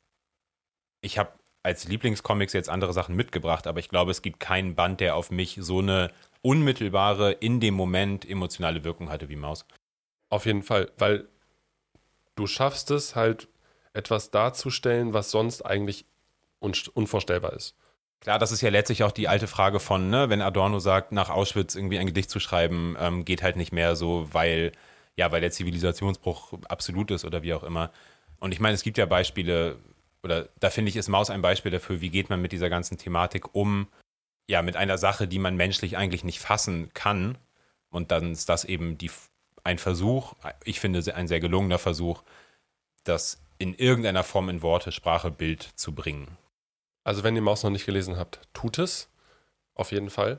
ich habe als Lieblingscomics jetzt andere Sachen mitgebracht, aber ich glaube, es gibt keinen Band, der auf mich so eine unmittelbare, in dem Moment emotionale Wirkung hatte wie Maus. Auf jeden Fall, weil du schaffst es halt, etwas darzustellen, was sonst eigentlich un- unvorstellbar ist. Klar, das ist ja letztlich auch die alte Frage von, ne, wenn Adorno sagt, nach Auschwitz irgendwie ein Gedicht zu schreiben, ähm, geht halt nicht mehr so, weil, ja, weil der Zivilisationsbruch absolut ist oder wie auch immer. Und ich meine, es gibt ja Beispiele, oder da finde ich, ist Maus ein Beispiel dafür, wie geht man mit dieser ganzen Thematik um, ja, mit einer Sache, die man menschlich eigentlich nicht fassen kann. Und dann ist das eben die, ein Versuch, ich finde ein sehr gelungener Versuch, das in irgendeiner Form in Worte, Sprache, Bild zu bringen. Also wenn ihr Maus noch nicht gelesen habt, tut es. Auf jeden Fall.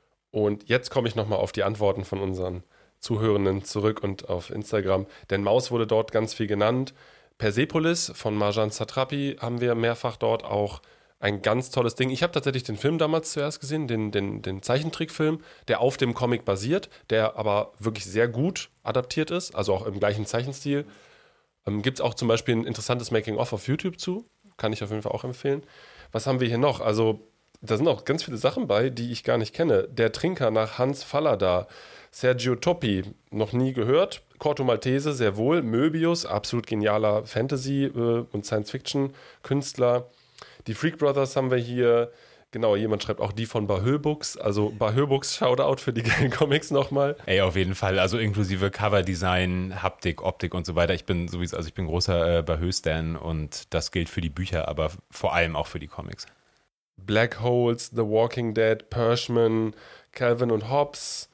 Und jetzt komme ich nochmal auf die Antworten von unseren Zuhörenden zurück und auf Instagram. Denn Maus wurde dort ganz viel genannt. Persepolis von Marjan Satrapi haben wir mehrfach dort auch. Ein ganz tolles Ding. Ich habe tatsächlich den Film damals zuerst gesehen, den, den, den Zeichentrickfilm, der auf dem Comic basiert, der aber wirklich sehr gut adaptiert ist, also auch im gleichen Zeichenstil. Ähm, Gibt es auch zum Beispiel ein interessantes Making-of auf YouTube zu, kann ich auf jeden Fall auch empfehlen. Was haben wir hier noch? Also da sind auch ganz viele Sachen bei, die ich gar nicht kenne. Der Trinker nach Hans Fallada, Sergio Toppi, noch nie gehört, Corto Maltese, sehr wohl, Möbius, absolut genialer Fantasy- äh, und Science-Fiction-Künstler. Die Freak Brothers haben wir hier. Genau, jemand schreibt auch die von Bahö Books. Also Bahö Books, Shoutout für die geilen Comics nochmal. Ey, auf jeden Fall. Also inklusive Coverdesign, Haptik, Optik und so weiter. Ich bin sowieso, also ich bin großer äh, Bahö-Stan und das gilt für die Bücher, aber vor allem auch für die Comics. Black Holes, The Walking Dead, Pershman, Calvin und Hobbes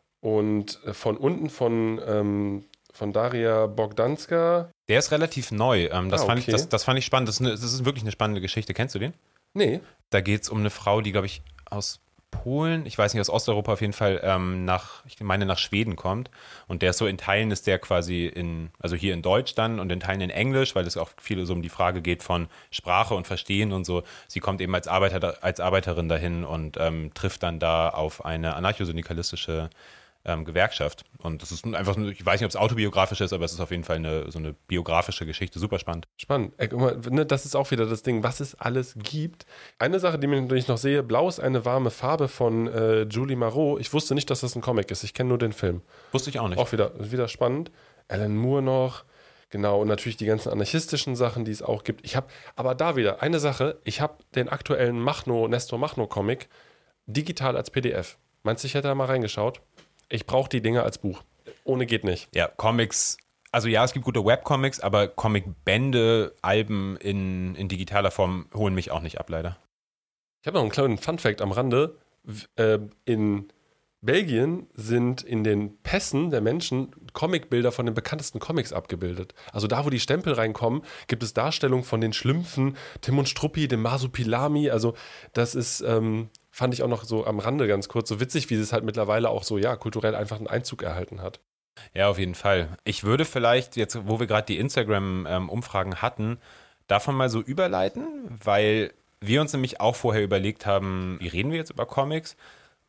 und von unten von, ähm, von Daria Bogdanska. Der ist relativ neu. Ähm, das, ah, fand okay. ich, das, das fand ich spannend. Das ist, eine, das ist wirklich eine spannende Geschichte. Kennst du den? Nee. Da geht es um eine Frau, die, glaube ich, aus Polen, ich weiß nicht, aus Osteuropa auf jeden Fall, ähm, nach, ich meine, nach Schweden kommt. Und der ist so in Teilen ist der quasi in, also hier in Deutsch dann und in Teilen in Englisch, weil es auch viel so um die Frage geht von Sprache und Verstehen und so. Sie kommt eben als Arbeiter, als Arbeiterin dahin und ähm, trifft dann da auf eine anarchosyndikalistische Ähm, Gewerkschaft. Und das ist einfach, ich weiß nicht, ob es autobiografisch ist, aber es ist auf jeden Fall eine, so eine biografische Geschichte. Super spannend. Spannend. Ey, guck mal, ne, das ist auch wieder das Ding, was es alles gibt. Eine Sache, die ich noch sehe, Blau ist eine warme Farbe von äh, Julie Marot. Ich wusste nicht, dass das ein Comic ist. Ich kenne nur den Film. Wusste ich auch nicht. Auch wieder, wieder spannend. Alan Moore noch. Genau, und natürlich die ganzen anarchistischen Sachen, die es auch gibt. Ich habe, aber da wieder, eine Sache, ich habe den aktuellen Machno, Nestor Machno-Comic digital als P D F. Meinst du, ich hätte da mal reingeschaut? Ich brauche die Dinger als Buch. Ohne geht nicht. Ja, Comics, also ja, es gibt gute Webcomics, aber Comicbände, Alben in, in digitaler Form holen mich auch nicht ab, leider. Ich habe noch einen kleinen Funfact am Rande. Äh, in Belgien sind in den Pässen der Menschen Comicbilder von den bekanntesten Comics abgebildet. Also da, wo die Stempel reinkommen, gibt es Darstellungen von den Schlümpfen, Tim und Struppi, dem Masupilami. Also das ist... Ähm, fand ich auch noch so am Rande ganz kurz, so witzig, wie es halt mittlerweile auch so, ja, kulturell einfach einen Einzug erhalten hat. Ja, auf jeden Fall. Ich würde vielleicht, jetzt wo wir gerade die Instagram-Umfragen hatten, davon mal so überleiten, weil wir uns nämlich auch vorher überlegt haben, wie reden wir jetzt über Comics?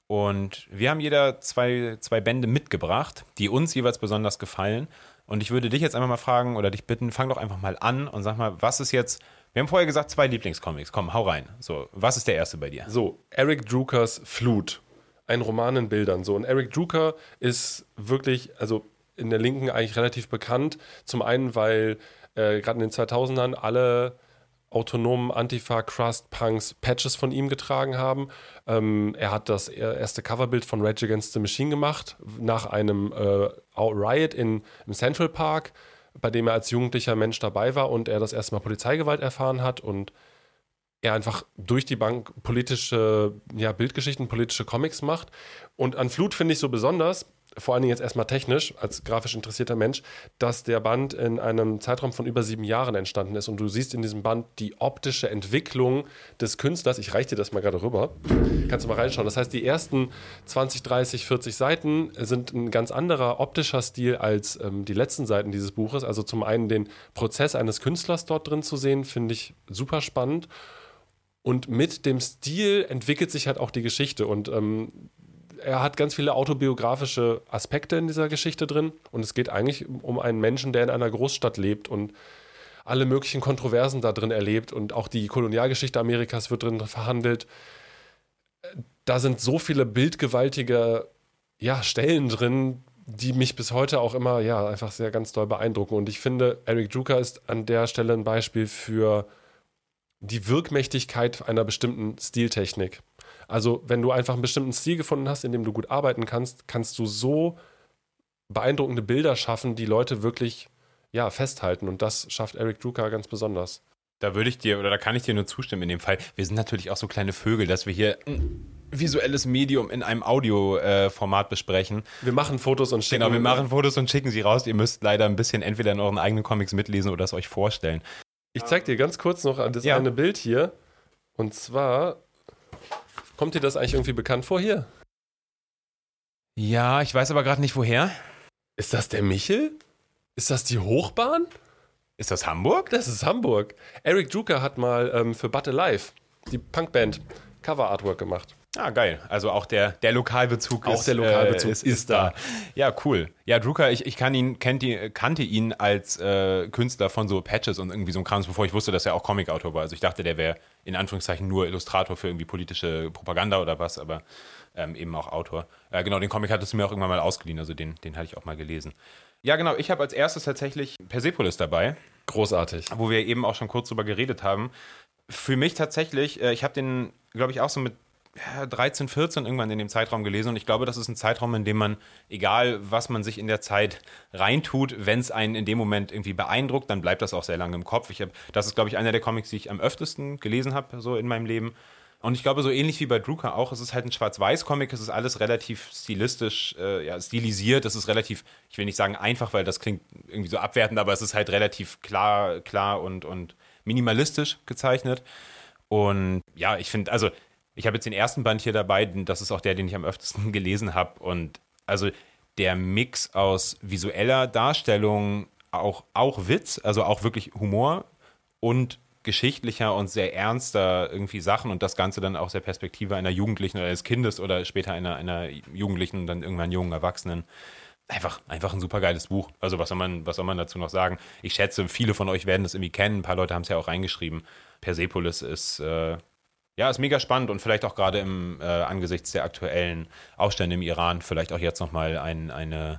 Und wir haben jeder zwei, zwei Bände mitgebracht, die uns jeweils besonders gefallen. Und ich würde dich jetzt einfach mal fragen oder dich bitten, fang doch einfach mal an und sag mal, was ist jetzt, wir haben vorher gesagt, zwei Lieblingscomics, komm, hau rein. So, was ist der erste bei dir? So, Eric Drukers Flut, ein Roman in Bildern. So, und Eric Druker ist wirklich, also in der Linken eigentlich relativ bekannt. Zum einen, weil äh, gerade in den zweitausendern alle autonomen Antifa, Crust, Punks Patches von ihm getragen haben. Ähm, er hat das erste Coverbild von Rage Against the Machine gemacht, nach einem äh, Riot in, im Central Park, bei dem er als jugendlicher Mensch dabei war und er das erste Mal Polizeigewalt erfahren hat und er einfach durch die Bank politische ja, Bildgeschichten, politische Comics macht. Und an Flut finde ich so besonders, vor allen Dingen jetzt erstmal technisch, als grafisch interessierter Mensch, dass der Band in einem Zeitraum von über sieben Jahren entstanden ist und du siehst in diesem Band die optische Entwicklung des Künstlers. Ich reiche dir das mal gerade rüber. Kannst du mal reinschauen. Das heißt, die ersten zwanzig, dreißig, vierzig Seiten sind ein ganz anderer optischer Stil als ähm, die letzten Seiten dieses Buches. Also zum einen den Prozess eines Künstlers dort drin zu sehen, finde ich super spannend. Und mit dem Stil entwickelt sich halt auch die Geschichte und ähm, er hat ganz viele autobiografische Aspekte in dieser Geschichte drin und es geht eigentlich um einen Menschen, der in einer Großstadt lebt und alle möglichen Kontroversen da drin erlebt und auch die Kolonialgeschichte Amerikas wird drin verhandelt. Da sind so viele bildgewaltige ja, Stellen drin, die mich bis heute auch immer ja, einfach sehr ganz doll beeindrucken und ich finde, Eric Druker ist an der Stelle ein Beispiel für die Wirkmächtigkeit einer bestimmten Stiltechnik. Also wenn du einfach einen bestimmten Stil gefunden hast, in dem du gut arbeiten kannst, kannst du so beeindruckende Bilder schaffen, die Leute wirklich ja, festhalten. Und das schafft Eric Druker ganz besonders. Da würde ich dir, oder da kann ich dir nur zustimmen in dem Fall. Wir sind natürlich auch so kleine Vögel, dass wir hier ein visuelles Medium in einem Audioformat äh, besprechen. Wir machen Fotos und schicken. Genau, wir machen Fotos und schicken sie raus. Ihr müsst leider ein bisschen entweder in euren eigenen Comics mitlesen oder es euch vorstellen. Ich zeig dir ganz kurz noch das ja. eine Bild hier. Und zwar, kommt dir das eigentlich irgendwie bekannt vor hier? Ja, ich weiß aber gerade nicht woher. Ist das der Michel? Ist das die Hochbahn? Ist das Hamburg? Das ist Hamburg. Eric Druker hat mal ähm, für But Alive, die Punkband, Cover-Artwork gemacht. Ah, geil. Also auch der, der Lokalbezug, auch ist, der Lokalbezug äh, ist, ist da. Ja, cool. Ja, Druker, ich, ich kann ihn, kannte, kannte ihn als äh, Künstler von so Patches und irgendwie so einem Krams, bevor ich wusste, dass er auch Comicautor war. Also ich dachte, der wäre in Anführungszeichen nur Illustrator für irgendwie politische Propaganda oder was, aber ähm, eben auch Autor. Äh, genau, den Comic hattest du mir auch irgendwann mal ausgeliehen, also den, den hatte ich auch mal gelesen. Ja, genau, ich habe als erstes tatsächlich Persepolis dabei. Großartig. Wo wir eben auch schon kurz drüber geredet haben. Für mich tatsächlich, äh, ich habe den, glaube ich, auch so mit ja, dreizehn, vierzehn irgendwann in dem Zeitraum gelesen und ich glaube, das ist ein Zeitraum, in dem man, egal was man sich in der Zeit reintut, wenn es einen in dem Moment irgendwie beeindruckt, dann bleibt das auch sehr lange im Kopf. Ich hab, das ist, glaube ich, einer der Comics, die ich am öftesten gelesen habe, so in meinem Leben. Und ich glaube, so ähnlich wie bei Druker auch, es ist halt ein Schwarz-Weiß-Comic, es ist alles relativ stilistisch, äh, ja, stilisiert, es ist relativ, ich will nicht sagen einfach, weil das klingt irgendwie so abwertend, aber es ist halt relativ klar, klar und, und minimalistisch gezeichnet. Und ja, ich finde, also ich habe jetzt den ersten Band hier dabei, das ist auch der, den ich am öftesten gelesen habe. Und also der Mix aus visueller Darstellung, auch, auch Witz, also auch wirklich Humor und geschichtlicher und sehr ernster irgendwie Sachen und das Ganze dann aus der Perspektive einer Jugendlichen oder eines Kindes oder später einer, einer Jugendlichen und dann irgendwann jungen Erwachsenen. Einfach, einfach ein super geiles Buch. Also was soll man, was soll man dazu noch sagen? Ich schätze, viele von euch werden das irgendwie kennen. Ein paar Leute haben es ja auch reingeschrieben. Persepolis ist... Äh, Ja, ist mega spannend und vielleicht auch gerade im äh, angesichts der aktuellen Aufstände im Iran vielleicht auch jetzt nochmal ein, eine,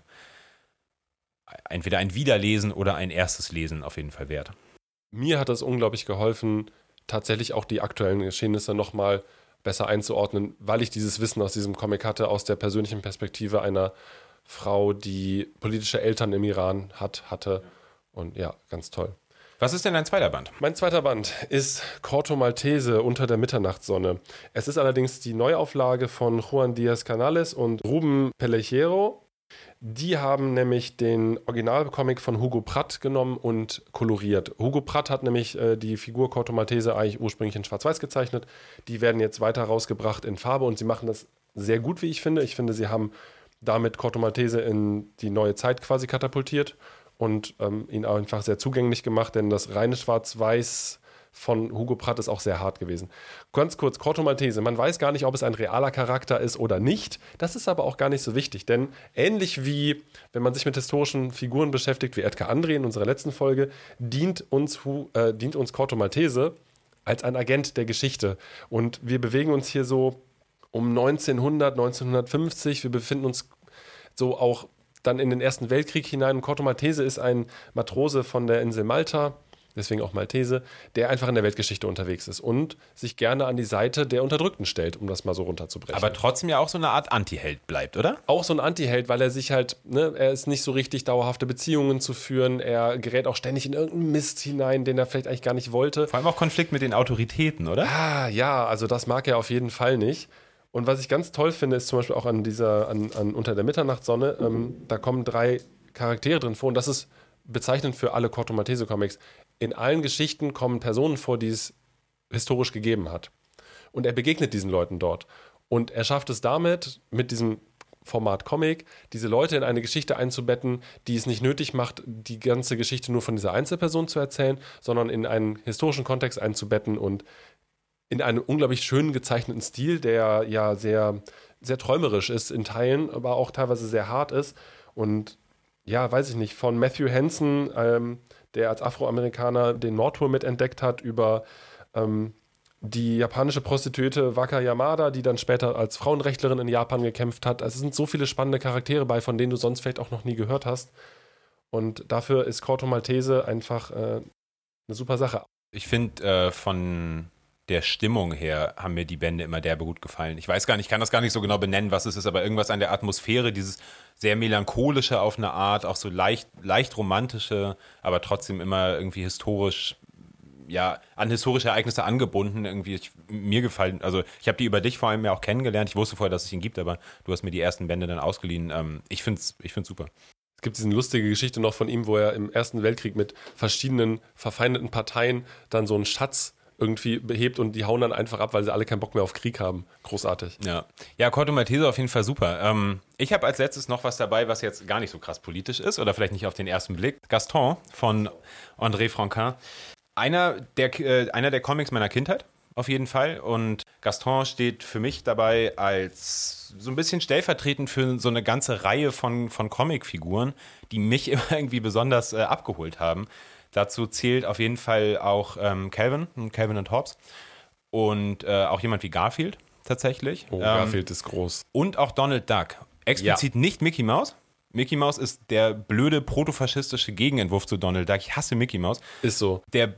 entweder ein Wiederlesen oder ein erstes Lesen auf jeden Fall wert. Mir hat das unglaublich geholfen, tatsächlich auch die aktuellen Geschehnisse nochmal besser einzuordnen, weil ich dieses Wissen aus diesem Comic hatte, aus der persönlichen Perspektive einer Frau, die politische Eltern im Iran hat, hatte. Und ja, ganz toll. Was ist denn dein zweiter Band? Mein zweiter Band ist Corto Maltese unter der Mitternachtssonne. Es ist allerdings die Neuauflage von Juan Diaz Canales und Ruben Pelechero. Die haben nämlich den Originalcomic von Hugo Pratt genommen und koloriert. Hugo Pratt hat nämlich äh, die Figur Corto Maltese eigentlich ursprünglich in Schwarz-Weiß gezeichnet. Die werden jetzt weiter rausgebracht in Farbe und sie machen das sehr gut, wie ich finde. Ich finde, sie haben damit Corto Maltese in die neue Zeit quasi katapultiert und ähm, ihn einfach sehr zugänglich gemacht, denn das reine Schwarz-Weiß von Hugo Pratt ist auch sehr hart gewesen. Ganz kurz, Corto Maltese. Man weiß gar nicht, ob es ein realer Charakter ist oder nicht. Das ist aber auch gar nicht so wichtig, denn ähnlich wie, wenn man sich mit historischen Figuren beschäftigt, wie Edgar André in unserer letzten Folge, dient uns, äh, dient uns Corto Maltese als ein Agent der Geschichte. Und wir bewegen uns hier so um neunzehnhundert, neunzehnhundertfünfzig. Wir befinden uns so auch dann in den Ersten Weltkrieg hinein. Und Corto Maltese ist ein Matrose von der Insel Malta, deswegen auch Maltese, der einfach in der Weltgeschichte unterwegs ist und sich gerne an die Seite der Unterdrückten stellt, um das mal so runterzubrechen. Aber trotzdem ja auch so eine Art Anti-Held bleibt, oder? Auch so ein Anti-Held, weil er sich halt, ne, er ist nicht so richtig, dauerhafte Beziehungen zu führen, er gerät auch ständig in irgendeinen Mist hinein, den er vielleicht eigentlich gar nicht wollte. Vor allem auch Konflikt mit den Autoritäten, oder? Ah, ja, also das mag er auf jeden Fall nicht. Und was ich ganz toll finde, ist zum Beispiel auch an dieser, an, an Unter der Mitternachtssonne, ähm, da kommen drei Charaktere drin vor und das ist bezeichnend für alle Corto Maltese Comics. In allen Geschichten kommen Personen vor, die es historisch gegeben hat. Und er begegnet diesen Leuten dort. Und er schafft es damit, mit diesem Format Comic, diese Leute in eine Geschichte einzubetten, die es nicht nötig macht, die ganze Geschichte nur von dieser Einzelperson zu erzählen, sondern in einen historischen Kontext einzubetten und in einem unglaublich schön gezeichneten Stil, der ja sehr, sehr träumerisch ist in Teilen, aber auch teilweise sehr hart ist. Und ja, weiß ich nicht, von Matthew Henson, ähm, der als Afroamerikaner den Nordpol mitentdeckt hat, über ähm, die japanische Prostituierte Waka Yamada, die dann später als Frauenrechtlerin in Japan gekämpft hat. Also es sind so viele spannende Charaktere bei, von denen du sonst vielleicht auch noch nie gehört hast. Und dafür ist Corto Maltese einfach äh, eine super Sache. Ich finde, äh, von der Stimmung her haben mir die Bände immer derbe gut gefallen. Ich weiß gar nicht, ich kann das gar nicht so genau benennen, was es ist, aber irgendwas an der Atmosphäre, dieses sehr melancholische auf eine Art, auch so leicht, leicht romantische, aber trotzdem immer irgendwie historisch, ja, an historische Ereignisse angebunden, irgendwie ich, mir gefallen. Also ich habe die über dich vor allem ja auch kennengelernt. Ich wusste vorher, dass es ihn gibt, aber du hast mir die ersten Bände dann ausgeliehen. Ähm, ich finde es ich find's super. Es gibt diese lustige Geschichte noch von ihm, wo er im Ersten Weltkrieg mit verschiedenen verfeindeten Parteien dann so einen Schatz irgendwie behebt und die hauen dann einfach ab, weil sie alle keinen Bock mehr auf Krieg haben. Großartig. Ja, ja, Corto Maltese auf jeden Fall super. Ähm, ich habe als letztes noch was dabei, was jetzt gar nicht so krass politisch ist oder vielleicht nicht auf den ersten Blick. Gaston von André Franquin. Einer der, äh, einer der Comics meiner Kindheit, auf jeden Fall. Und Gaston steht für mich dabei als so ein bisschen stellvertretend für so eine ganze Reihe von, von Comicfiguren, die mich immer irgendwie besonders äh, abgeholt haben. Dazu zählt auf jeden Fall auch ähm, Calvin, Calvin und Hobbes und äh, auch jemand wie Garfield tatsächlich. Oh, Garfield ähm, ist groß. Und auch Donald Duck. Explizit ja. Nicht Mickey Mouse. Mickey Mouse ist der blöde protofaschistische Gegenentwurf zu Donald Duck. Ich hasse Mickey Mouse. Ist so. Der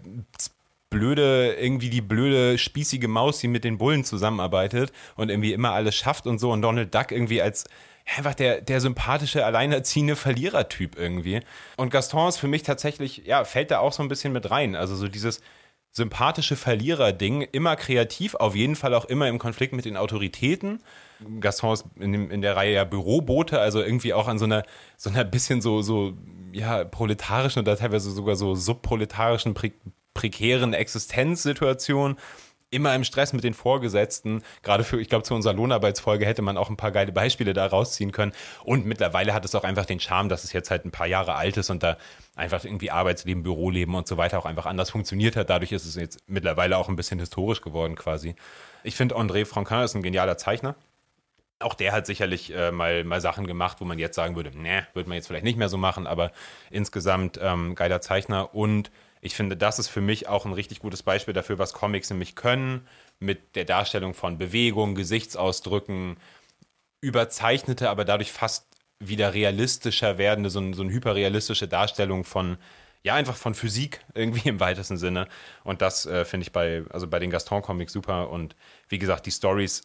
blöde, irgendwie die blöde, spießige Maus, die mit den Bullen zusammenarbeitet und irgendwie immer alles schafft und so. Und Donald Duck irgendwie als einfach der, der sympathische, alleinerziehende Verlierertyp irgendwie. Und Gaston ist für mich tatsächlich, ja, fällt da auch so ein bisschen mit rein. Also so dieses sympathische Verlierer-Ding, immer kreativ, auf jeden Fall auch immer im Konflikt mit den Autoritäten. Gaston ist in, dem, in der Reihe ja Bürobote, also irgendwie auch an so einer, so einer bisschen so, so, ja, proletarischen oder teilweise sogar so subproletarischen, pre- prekären Existenzsituation. Immer im Stress mit den Vorgesetzten. Gerade für, ich glaube, zu unserer Lohnarbeitsfolge hätte man auch ein paar geile Beispiele da rausziehen können. Und mittlerweile hat es auch einfach den Charme, dass es jetzt halt ein paar Jahre alt ist und da einfach irgendwie Arbeitsleben, Büroleben und so weiter auch einfach anders funktioniert hat. Dadurch ist es jetzt mittlerweile auch ein bisschen historisch geworden quasi. Ich finde, André Franquin ist ein genialer Zeichner. Auch der hat sicherlich äh, mal, mal Sachen gemacht, wo man jetzt sagen würde, ne, würde man jetzt vielleicht nicht mehr so machen, aber insgesamt ähm, geiler Zeichner. Und ich finde, das ist für mich auch ein richtig gutes Beispiel dafür, was Comics nämlich können, mit der Darstellung von Bewegung, Gesichtsausdrücken, überzeichnete, aber dadurch fast wieder realistischer werdende, so, ein, so eine hyperrealistische Darstellung von, ja, einfach von Physik irgendwie im weitesten Sinne. Und das äh, finde ich bei, also bei den Gaston-Comics super. Und wie gesagt, die Storys,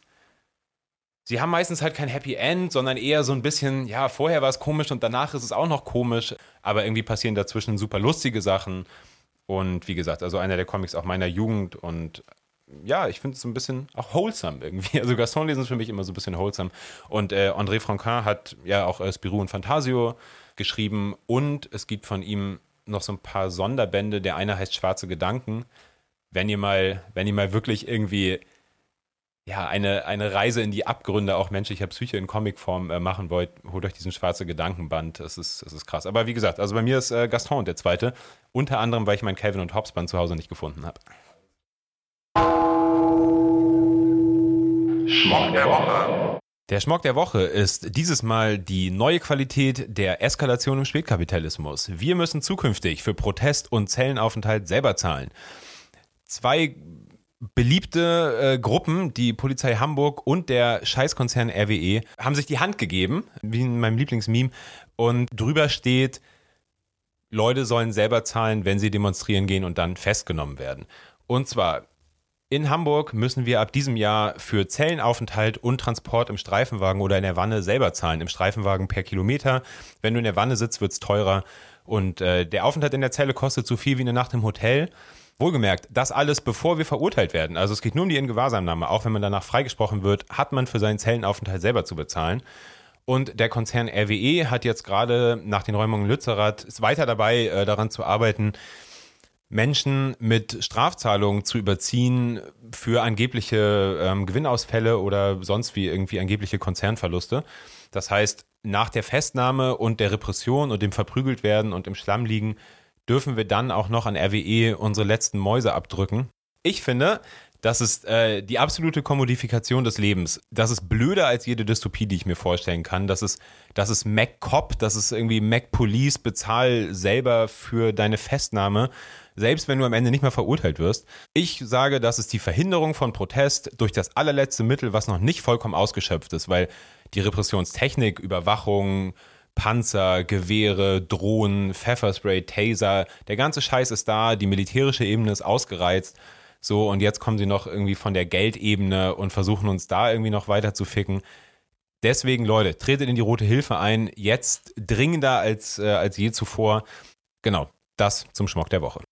sie haben meistens halt kein Happy End, sondern eher so ein bisschen, ja, vorher war es komisch und danach ist es auch noch komisch, aber irgendwie passieren dazwischen super lustige Sachen. Und wie gesagt, also einer der Comics auch meiner Jugend und ja, ich finde es so ein bisschen auch wholesome irgendwie. Also Gaston lesen ist für mich immer so ein bisschen wholesome. Und äh, André Franquin hat ja auch äh, Spirou und Fantasio geschrieben und es gibt von ihm noch so ein paar Sonderbände. Der eine heißt Schwarze Gedanken. Wenn ihr mal, wenn ihr mal wirklich irgendwie ja, eine, eine Reise in die Abgründe auch menschlicher Psyche in Comicform äh, machen wollt, holt euch diesen Schwarze Gedankenband. Das ist, das ist krass. Aber wie gesagt, also bei mir ist äh, Gaston der zweite. Unter anderem, weil ich mein Calvin und Hobbes Band zu Hause nicht gefunden habe. Schmock der Woche. Der Schmock der Woche ist dieses Mal die neue Qualität der Eskalation im Spätkapitalismus. Wir müssen zukünftig für Protest und Zellenaufenthalt selber zahlen. Zwei beliebte äh, Gruppen, die Polizei Hamburg und der Scheißkonzern R W E, haben sich die Hand gegeben, wie in meinem Lieblingsmeme, und drüber steht, Leute sollen selber zahlen, wenn sie demonstrieren gehen und dann festgenommen werden. Und zwar in Hamburg müssen wir ab diesem Jahr für Zellenaufenthalt und Transport im Streifenwagen oder in der Wanne selber zahlen. Im Streifenwagen per Kilometer. Wenn du in der Wanne sitzt, wird es teurer. Und äh, der Aufenthalt in der Zelle kostet so viel wie eine Nacht im Hotel. Wohlgemerkt, das alles bevor wir verurteilt werden. Also es geht nur um die Ingewahrsamnahme. Auch wenn man danach freigesprochen wird, hat man für seinen Zellenaufenthalt selber zu bezahlen. Und der Konzern R W E hat jetzt gerade nach den Räumungen Lützerath, ist weiter dabei, äh, daran zu arbeiten, Menschen mit Strafzahlungen zu überziehen für angebliche ähm, Gewinnausfälle oder sonst wie irgendwie angebliche Konzernverluste. Das heißt, nach der Festnahme und der Repression und dem Verprügeltwerden und im Schlamm liegen, dürfen wir dann auch noch an R W E unsere letzten Mäuse abdrücken. Ich finde, das ist äh, die absolute Kommodifikation des Lebens. Das ist blöder als jede Dystopie, die ich mir vorstellen kann. Das ist, das ist Mac Cop, das ist irgendwie Mac Police, bezahl selber für deine Festnahme, selbst wenn du am Ende nicht mehr verurteilt wirst. Ich sage, das ist die Verhinderung von Protest durch das allerletzte Mittel, was noch nicht vollkommen ausgeschöpft ist, weil die Repressionstechnik, Überwachung, Panzer, Gewehre, Drohnen, Pfefferspray, Taser, der ganze Scheiß ist da, die militärische Ebene ist ausgereizt. So, und jetzt kommen sie noch irgendwie von der Geldebene und versuchen uns da irgendwie noch weiter zu ficken. Deswegen, Leute, tretet in die Rote Hilfe ein, jetzt dringender als, äh, als je zuvor. Genau, das zum Schmock der Woche.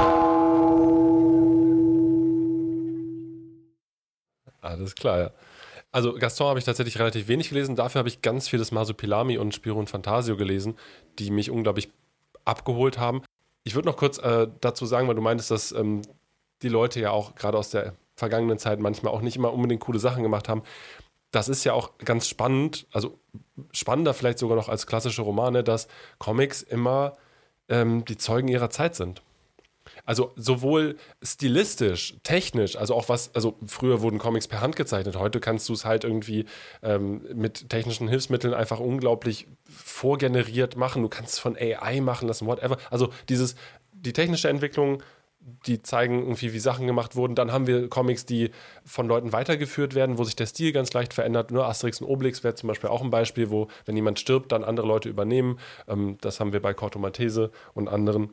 Alles klar, ja. Also Gaston habe ich tatsächlich relativ wenig gelesen, dafür habe ich ganz vieles Masopilami und Spiro und Fantasio gelesen, die mich unglaublich abgeholt haben. Ich würde noch kurz äh, dazu sagen, weil du meintest, dass ähm, die Leute ja auch gerade aus der vergangenen Zeit manchmal auch nicht immer unbedingt coole Sachen gemacht haben. Das ist ja auch ganz spannend, also spannender vielleicht sogar noch als klassische Romane, dass Comics immer ähm, die Zeugen ihrer Zeit sind. Also sowohl stilistisch, technisch, also auch was, also früher wurden Comics per Hand gezeichnet, heute kannst du es halt irgendwie ähm, mit technischen Hilfsmitteln einfach unglaublich vorgeneriert machen, du kannst es von A I machen lassen, whatever. Also dieses, die technische Entwicklung, die zeigen irgendwie, wie Sachen gemacht wurden. Dann haben wir Comics, die von Leuten weitergeführt werden, wo sich der Stil ganz leicht verändert. Nur Asterix und Obelix wäre zum Beispiel auch ein Beispiel, wo, wenn jemand stirbt, dann andere Leute übernehmen. Ähm, das haben wir bei Corto Maltese und anderen.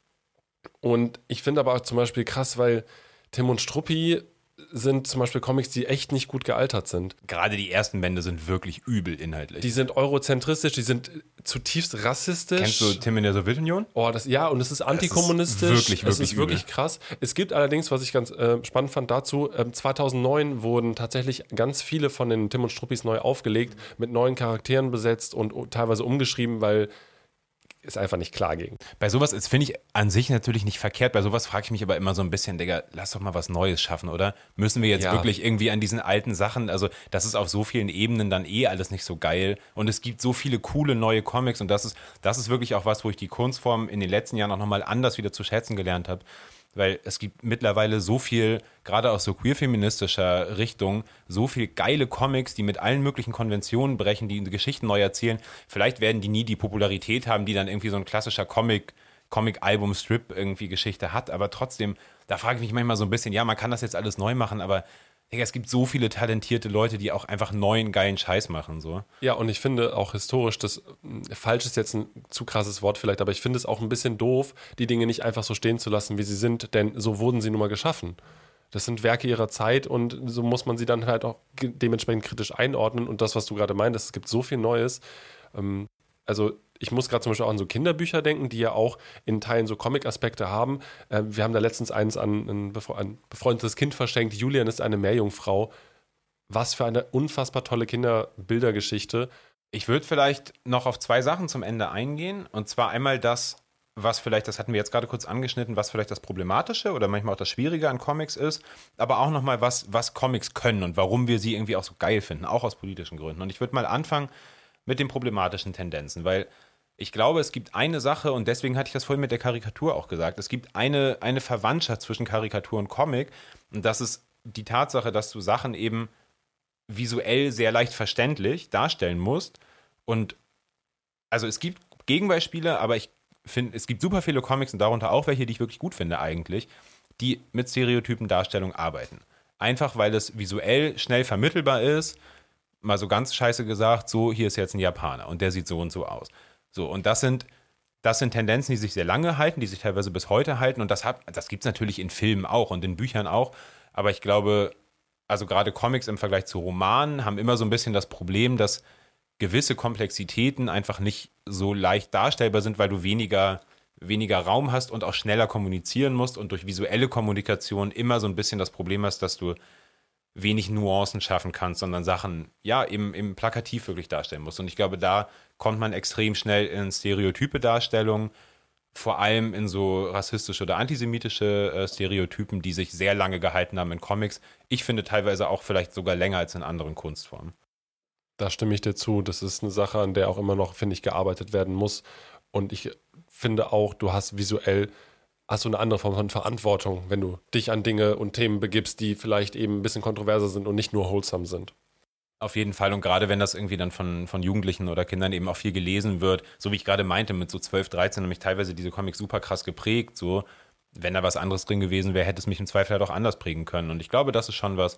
Und ich finde aber auch zum Beispiel krass, weil Tim und Struppi sind zum Beispiel Comics, die echt nicht gut gealtert sind. Gerade die ersten Bände sind wirklich übel inhaltlich. Die sind eurozentristisch, die sind zutiefst rassistisch. Kennst du Tim in der Sowjetunion? Oh, das, ja, und es ist antikommunistisch. Es ist wirklich, wirklich Es ist wirklich übel. krass. Es gibt allerdings, was ich ganz äh, spannend fand dazu, ähm, zweitausendneun wurden tatsächlich ganz viele von den Tim und Struppis neu aufgelegt, mit neuen Charakteren besetzt und uh, teilweise umgeschrieben, weil ist einfach nicht klar ging. Bei sowas, das finde ich an sich natürlich nicht verkehrt. Bei sowas frage ich mich aber immer so ein bisschen, Digga, lass doch mal was Neues schaffen, oder? Müssen wir jetzt Ja. wirklich irgendwie an diesen alten Sachen, also das ist auf so vielen Ebenen dann eh alles nicht so geil. Und es gibt so viele coole neue Comics und das ist, das ist wirklich auch was, wo ich die Kunstform in den letzten Jahren auch nochmal anders wieder zu schätzen gelernt habe. Weil es gibt mittlerweile so viel, gerade aus so queer-feministischer Richtung, so viel geile Comics, die mit allen möglichen Konventionen brechen, die Geschichten neu erzählen. Vielleicht werden die nie die Popularität haben, die dann irgendwie so ein klassischer Comic, Comic-Album-Strip irgendwie Geschichte hat. Aber trotzdem, da frage ich mich manchmal so ein bisschen, ja, man kann das jetzt alles neu machen, aber Digga, es gibt so viele talentierte Leute, die auch einfach neuen, geilen Scheiß machen. So. Ja, und ich finde auch historisch, das mh, falsch ist jetzt ein zu krasses Wort vielleicht, aber ich finde es auch ein bisschen doof, die Dinge nicht einfach so stehen zu lassen, wie sie sind, denn so wurden sie nun mal geschaffen. Das sind Werke ihrer Zeit und so muss man sie dann halt auch ge- dementsprechend kritisch einordnen. Und das, was du gerade meintest, es gibt so viel Neues. Ähm, also ich muss gerade zum Beispiel auch an so Kinderbücher denken, die ja auch in Teilen so Comic-Aspekte haben. Äh, wir haben da letztens eins an ein, befre- ein befreundetes Kind verschenkt. Julian ist eine Meerjungfrau. Was für eine unfassbar tolle Kinderbildergeschichte. Ich würde vielleicht noch auf zwei Sachen zum Ende eingehen. Und zwar einmal das, was vielleicht, das hatten wir jetzt gerade kurz angeschnitten, was vielleicht das Problematische oder manchmal auch das Schwierige an Comics ist, aber auch nochmal, was, was Comics können und warum wir sie irgendwie auch so geil finden, auch aus politischen Gründen. Und ich würde mal anfangen mit den problematischen Tendenzen, weil ich glaube, es gibt eine Sache, und deswegen hatte ich das vorhin mit der Karikatur auch gesagt, es gibt eine, eine Verwandtschaft zwischen Karikatur und Comic, und das ist die Tatsache, dass du Sachen eben visuell sehr leicht verständlich darstellen musst. Und also es gibt Gegenbeispiele, aber ich finde, es gibt super viele Comics und darunter auch welche, die ich wirklich gut finde eigentlich, die mit stereotypen Darstellungen arbeiten. Einfach, weil es visuell schnell vermittelbar ist, mal so ganz scheiße gesagt, so, hier ist jetzt ein Japaner und der sieht so und so aus. So, und das sind, das sind Tendenzen, die sich sehr lange halten, die sich teilweise bis heute halten, und das, das gibt es natürlich in Filmen auch und in Büchern auch, aber ich glaube, also gerade Comics im Vergleich zu Romanen haben immer so ein bisschen das Problem, dass gewisse Komplexitäten einfach nicht so leicht darstellbar sind, weil du weniger, weniger Raum hast und auch schneller kommunizieren musst und durch visuelle Kommunikation immer so ein bisschen das Problem hast, dass du wenig Nuancen schaffen kannst, sondern Sachen, ja, eben, eben plakativ wirklich darstellen musst. Und ich glaube, da kommt man extrem schnell in stereotype Darstellungen, vor allem in so rassistische oder antisemitische äh, Stereotypen, die sich sehr lange gehalten haben in Comics. Ich finde teilweise auch vielleicht sogar länger als in anderen Kunstformen. Da stimme ich dir zu. Das ist eine Sache, an der auch immer noch, finde ich, gearbeitet werden muss. Und ich finde auch, du hast visuell, hast du eine andere Form von Verantwortung, wenn du dich an Dinge und Themen begibst, die vielleicht eben ein bisschen kontroverser sind und nicht nur wholesome sind. Auf jeden Fall, und gerade wenn das irgendwie dann von, von Jugendlichen oder Kindern eben auch viel gelesen wird, so wie ich gerade meinte, mit so zwölf, dreizehn, nämlich teilweise diese Comics super krass geprägt, so, wenn da was anderes drin gewesen wäre, hätte es mich im Zweifel halt auch anders prägen können. Und ich glaube, das ist schon was,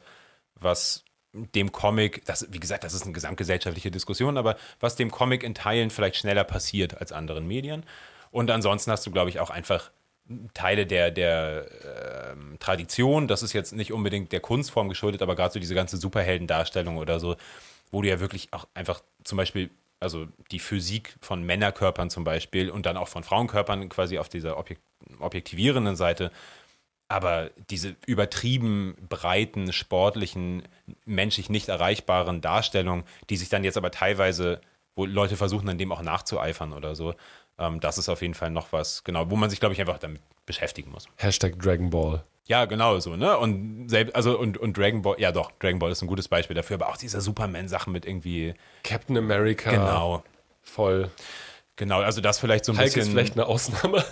was dem Comic, das, wie gesagt, das ist eine gesamtgesellschaftliche Diskussion, aber was dem Comic in Teilen vielleicht schneller passiert als anderen Medien. Und ansonsten hast du, glaube ich, auch einfach Teile der, der äh, Tradition, das ist jetzt nicht unbedingt der Kunstform geschuldet, aber gerade so diese ganze Superheldendarstellung oder so, wo du ja wirklich auch einfach zum Beispiel, also die Physik von Männerkörpern zum Beispiel und dann auch von Frauenkörpern quasi auf dieser objek- objektivierenden Seite, aber diese übertrieben breiten, sportlichen, menschlich nicht erreichbaren Darstellungen, die sich dann jetzt aber teilweise, wo Leute versuchen, dann dem auch nachzueifern oder so, ähm, das ist auf jeden Fall noch was, genau, wo man sich, glaube ich, einfach damit beschäftigen muss. Hashtag Dragon Ball. Ja, genau so, ne? Und selbst, also und, und Dragon Ball, ja doch, Dragon Ball ist ein gutes Beispiel dafür, aber auch diese Superman-Sachen mit irgendwie Captain America. Genau. Voll. Genau, also das vielleicht so ein Hulk bisschen. ist vielleicht eine Ausnahme.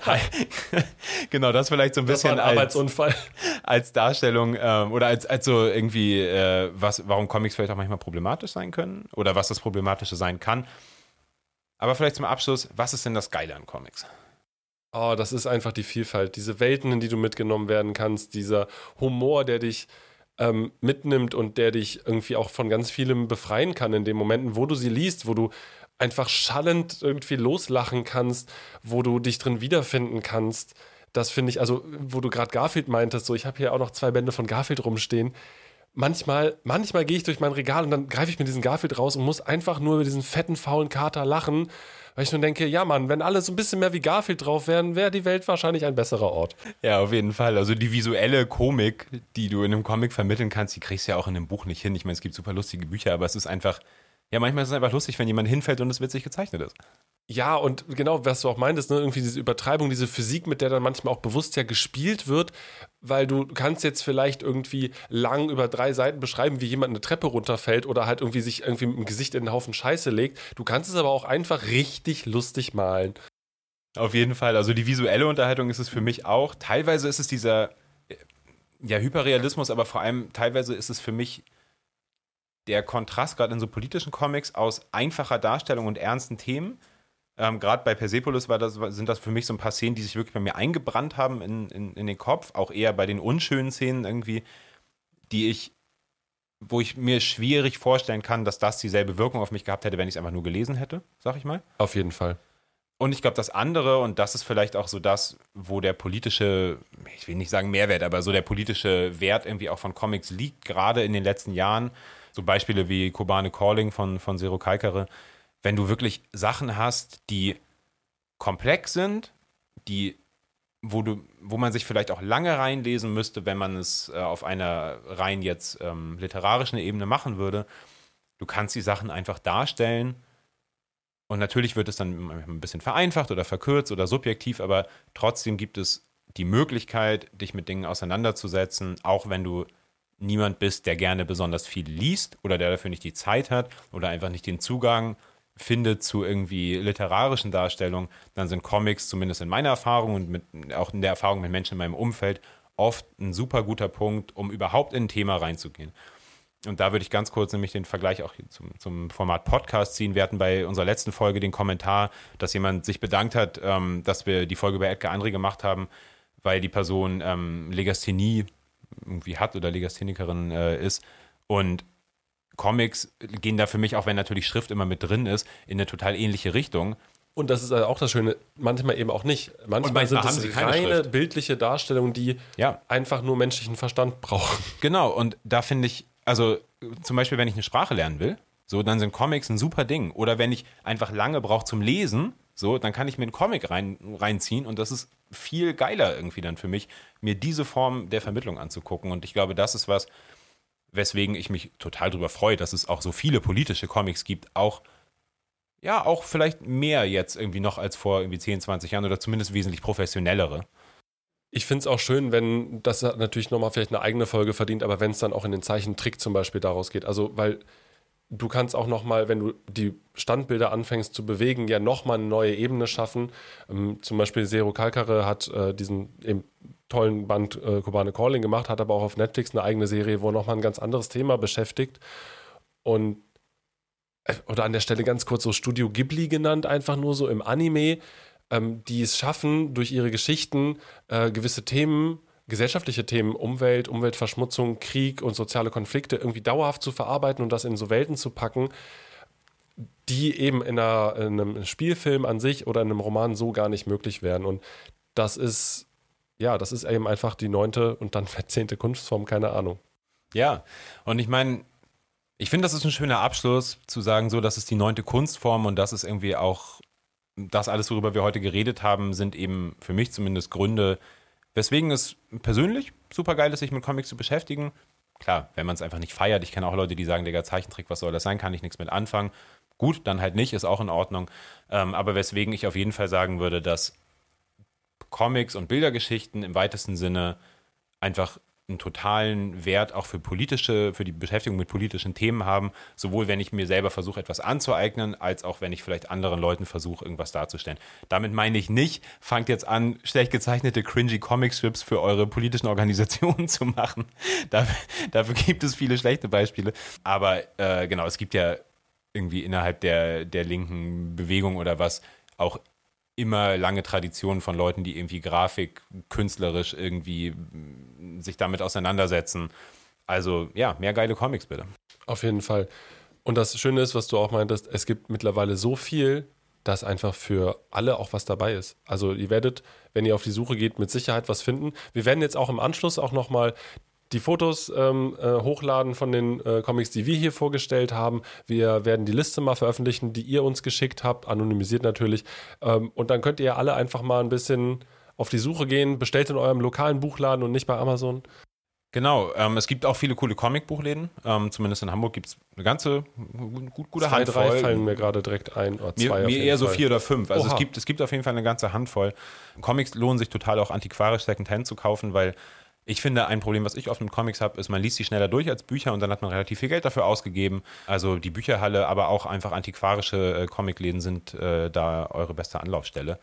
Genau, das vielleicht so ein bisschen das war ein Arbeitsunfall. Als, als Darstellung ähm, oder als, als so irgendwie, äh, was, warum Comics vielleicht auch manchmal problematisch sein können oder was das Problematische sein kann. Aber vielleicht zum Abschluss, was ist denn das Geile an Comics? Oh, das ist einfach die Vielfalt. Diese Welten, in die du mitgenommen werden kannst, dieser Humor, der dich ähm, mitnimmt und der dich irgendwie auch von ganz vielem befreien kann in den Momenten, wo du sie liest, wo du einfach schallend irgendwie loslachen kannst, wo du dich drin wiederfinden kannst. Das finde ich, also wo du gerade Garfield meintest, so ich habe hier auch noch zwei Bände von Garfield rumstehen. Manchmal, manchmal gehe ich durch mein Regal und dann greife ich mir diesen Garfield raus und muss einfach nur über diesen fetten, faulen Kater lachen, weil ich nur denke, ja Mann, wenn alle so ein bisschen mehr wie Garfield drauf wären, wäre die Welt wahrscheinlich ein besserer Ort. Ja, auf jeden Fall. Also die visuelle Komik, die du in einem Comic vermitteln kannst, die kriegst du ja auch in einem Buch nicht hin. Ich meine, es gibt super lustige Bücher, aber es ist einfach, ja, manchmal ist es einfach lustig, wenn jemand hinfällt und es witzig gezeichnet ist. Ja, und genau, was du auch meintest, ne, irgendwie diese Übertreibung, diese Physik, mit der dann manchmal auch bewusst ja gespielt wird, weil du kannst jetzt vielleicht irgendwie lang über drei Seiten beschreiben, wie jemand eine Treppe runterfällt oder halt irgendwie sich irgendwie mit dem Gesicht in einen Haufen Scheiße legt. Du kannst es aber auch einfach richtig lustig malen. Auf jeden Fall. Also die visuelle Unterhaltung ist es für mich auch. Teilweise ist es dieser, ja, Hyperrealismus, aber vor allem teilweise ist es für mich der Kontrast, gerade in so politischen Comics, aus einfacher Darstellung und ernsten Themen. Ähm, gerade bei Persepolis war das, sind das für mich so ein paar Szenen, die sich wirklich bei mir eingebrannt haben in, in, in den Kopf, auch eher bei den unschönen Szenen irgendwie, die ich, wo ich mir schwierig vorstellen kann, dass das dieselbe Wirkung auf mich gehabt hätte, wenn ich es einfach nur gelesen hätte, sag ich mal. Auf jeden Fall. Und ich glaube, das andere, und das ist vielleicht auch so das, wo der politische, ich will nicht sagen Mehrwert, aber so der politische Wert irgendwie auch von Comics liegt, gerade in den letzten Jahren, so Beispiele wie Kobane Calling von, von Zero Kaikare, wenn du wirklich Sachen hast, die komplex sind, die, wo du, wo man sich vielleicht auch lange reinlesen müsste, wenn man es äh, auf einer rein jetzt ähm, literarischen Ebene machen würde. Du kannst die Sachen einfach darstellen und natürlich wird es dann ein bisschen vereinfacht oder verkürzt oder subjektiv, aber trotzdem gibt es die Möglichkeit, dich mit Dingen auseinanderzusetzen, auch wenn du niemand bist, der gerne besonders viel liest oder der dafür nicht die Zeit hat oder einfach nicht den Zugang findet zu irgendwie literarischen Darstellungen, dann sind Comics, zumindest in meiner Erfahrung und mit, auch in der Erfahrung mit Menschen in meinem Umfeld, oft ein super guter Punkt, um überhaupt in ein Thema reinzugehen. Und da würde ich ganz kurz nämlich den Vergleich auch zum, zum Format Podcast ziehen. Wir hatten bei unserer letzten Folge den Kommentar, dass jemand sich bedankt hat, ähm, dass wir die Folge über Edgar André gemacht haben, weil die Person ähm, Legasthenie irgendwie hat oder Legasthenikerin äh, ist. Und Comics gehen da für mich, auch wenn natürlich Schrift immer mit drin ist, in eine total ähnliche Richtung. Und das ist also auch das Schöne, manchmal eben auch nicht. Manchmal, manchmal sind haben es sie keine reine Schrift. bildliche Darstellungen, die Ja. einfach nur menschlichen Verstand brauchen. Genau, und da finde ich, also zum Beispiel, wenn ich eine Sprache lernen will, so, dann sind Comics ein super Ding. Oder wenn ich einfach lange brauche zum Lesen, so, dann kann ich mir einen Comic rein, reinziehen und das ist viel geiler irgendwie dann für mich, mir diese Form der Vermittlung anzugucken. Und ich glaube, das ist was, weswegen ich mich total drüber freue, dass es auch so viele politische Comics gibt, auch, ja, auch vielleicht mehr jetzt irgendwie noch als vor irgendwie zehn, zwanzig Jahren oder zumindest wesentlich professionellere. Ich finde es auch schön, wenn das natürlich nochmal vielleicht eine eigene Folge verdient, aber wenn es dann auch in den Zeichentrick zum Beispiel daraus geht. Also, weil du kannst auch nochmal, wenn du die Standbilder anfängst zu bewegen, ja nochmal eine neue Ebene schaffen. Ähm, zum Beispiel Zero Calcare hat äh, diesen eben tollen Band äh, Kobane Calling gemacht, hat aber auch auf Netflix eine eigene Serie, wo nochmal ein ganz anderes Thema beschäftigt. Und äh, oder an der Stelle ganz kurz so Studio Ghibli genannt, einfach nur so im Anime, ähm, die es schaffen, durch ihre Geschichten äh, gewisse Themen, gesellschaftliche Themen, Umwelt, Umweltverschmutzung, Krieg und soziale Konflikte irgendwie dauerhaft zu verarbeiten und das in so Welten zu packen, die eben in, einer, in einem Spielfilm an sich oder in einem Roman so gar nicht möglich wären. Und das ist, ja, das ist eben einfach die neunte und dann zehnte Kunstform, keine Ahnung. Ja, und ich meine, ich finde, das ist ein schöner Abschluss, zu sagen, so, das ist die neunte Kunstform und das ist irgendwie auch, das alles, worüber wir heute geredet haben, sind eben für mich zumindest Gründe, weswegen es persönlich super geil ist, sich mit Comics zu beschäftigen. Klar, wenn man es einfach nicht feiert. Ich kenne auch Leute, die sagen, Digga, Zeichentrick, was soll das sein? Kann ich nichts mit anfangen. Gut, dann halt nicht, ist auch in Ordnung. Ähm, aber weswegen ich auf jeden Fall sagen würde, dass Comics und Bildergeschichten im weitesten Sinne einfach einen totalen Wert auch für politische, für die Beschäftigung mit politischen Themen haben, sowohl wenn ich mir selber versuche, etwas anzueignen, als auch wenn ich vielleicht anderen Leuten versuche, irgendwas darzustellen. Damit meine ich nicht, fangt jetzt an, schlecht gezeichnete, cringy Comic-Strips für eure politischen Organisationen zu machen. Dafür, dafür gibt es viele schlechte Beispiele. Aber äh, genau, es gibt ja irgendwie innerhalb der, der linken Bewegung oder was auch immer lange Traditionen von Leuten, die irgendwie Grafik, künstlerisch irgendwie sich damit auseinandersetzen. Also ja, mehr geile Comics bitte. Auf jeden Fall. Und das Schöne ist, was du auch meintest, es gibt mittlerweile so viel, dass einfach für alle auch was dabei ist. Also ihr werdet, wenn ihr auf die Suche geht, mit Sicherheit was finden. Wir werden jetzt auch im Anschluss auch nochmal die Fotos ähm, äh, hochladen von den äh, Comics, die wir hier vorgestellt haben. Wir werden die Liste mal veröffentlichen, die ihr uns geschickt habt, anonymisiert natürlich. Ähm, und dann könnt ihr alle einfach mal ein bisschen auf die Suche gehen. Bestellt in eurem lokalen Buchladen und nicht bei Amazon. Genau, ähm, es gibt auch viele coole Comic-Buchläden. Ähm, zumindest in Hamburg gibt es eine ganze gut, gute zwei, Handvoll. drei fallen mir gerade direkt ein. Oder zwei mir mir eher so Fall. vier oder fünf. Also Oha. es gibt, es gibt auf jeden Fall eine ganze Handvoll. Comics lohnen sich total auch antiquarisch Secondhand zu kaufen, weil ich finde, ein Problem, was ich oft mit Comics habe, ist, man liest sie schneller durch als Bücher und dann hat man relativ viel Geld dafür ausgegeben. Also die Bücherhalle, aber auch einfach antiquarische äh, Comicläden sind äh, da eure beste Anlaufstelle.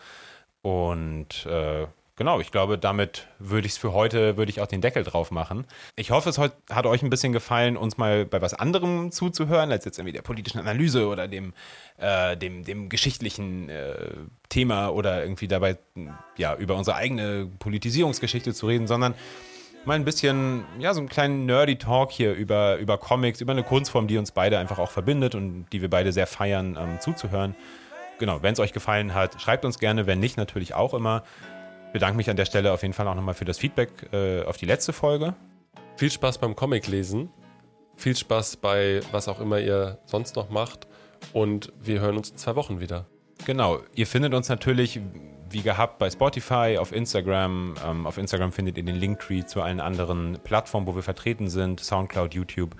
Und äh, genau, ich glaube, damit würde ich es für heute, würde ich auch den Deckel drauf machen. Ich hoffe, es hat euch ein bisschen gefallen, uns mal bei was anderem zuzuhören, als jetzt irgendwie der politischen Analyse oder dem, äh, dem, dem geschichtlichen äh, Thema oder irgendwie dabei, ja, über unsere eigene Politisierungsgeschichte zu reden, sondern mal ein bisschen, ja, so einen kleinen nerdy Talk hier über, über Comics, über eine Kunstform, die uns beide einfach auch verbindet und die wir beide sehr feiern, ähm, zuzuhören. Genau, wenn es euch gefallen hat, schreibt uns gerne, wenn nicht, natürlich auch immer. Ich bedanke mich an der Stelle auf jeden Fall auch nochmal für das Feedback äh, auf die letzte Folge. Viel Spaß beim Comic-Lesen. Viel Spaß bei was auch immer ihr sonst noch macht. Und wir hören uns in zwei Wochen wieder. Genau, ihr findet uns natürlich wie gehabt bei Spotify, auf Instagram. Ähm, auf Instagram findet ihr den Linktree zu allen anderen Plattformen, wo wir vertreten sind. Soundcloud, YouTube.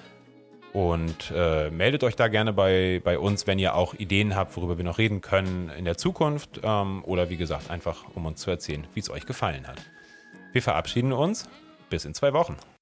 Und äh, meldet euch da gerne bei, bei uns, wenn ihr auch Ideen habt, worüber wir noch reden können in der Zukunft. Ähm, oder wie gesagt, einfach um uns zu erzählen, wie es euch gefallen hat. Wir verabschieden uns. Bis in zwei Wochen.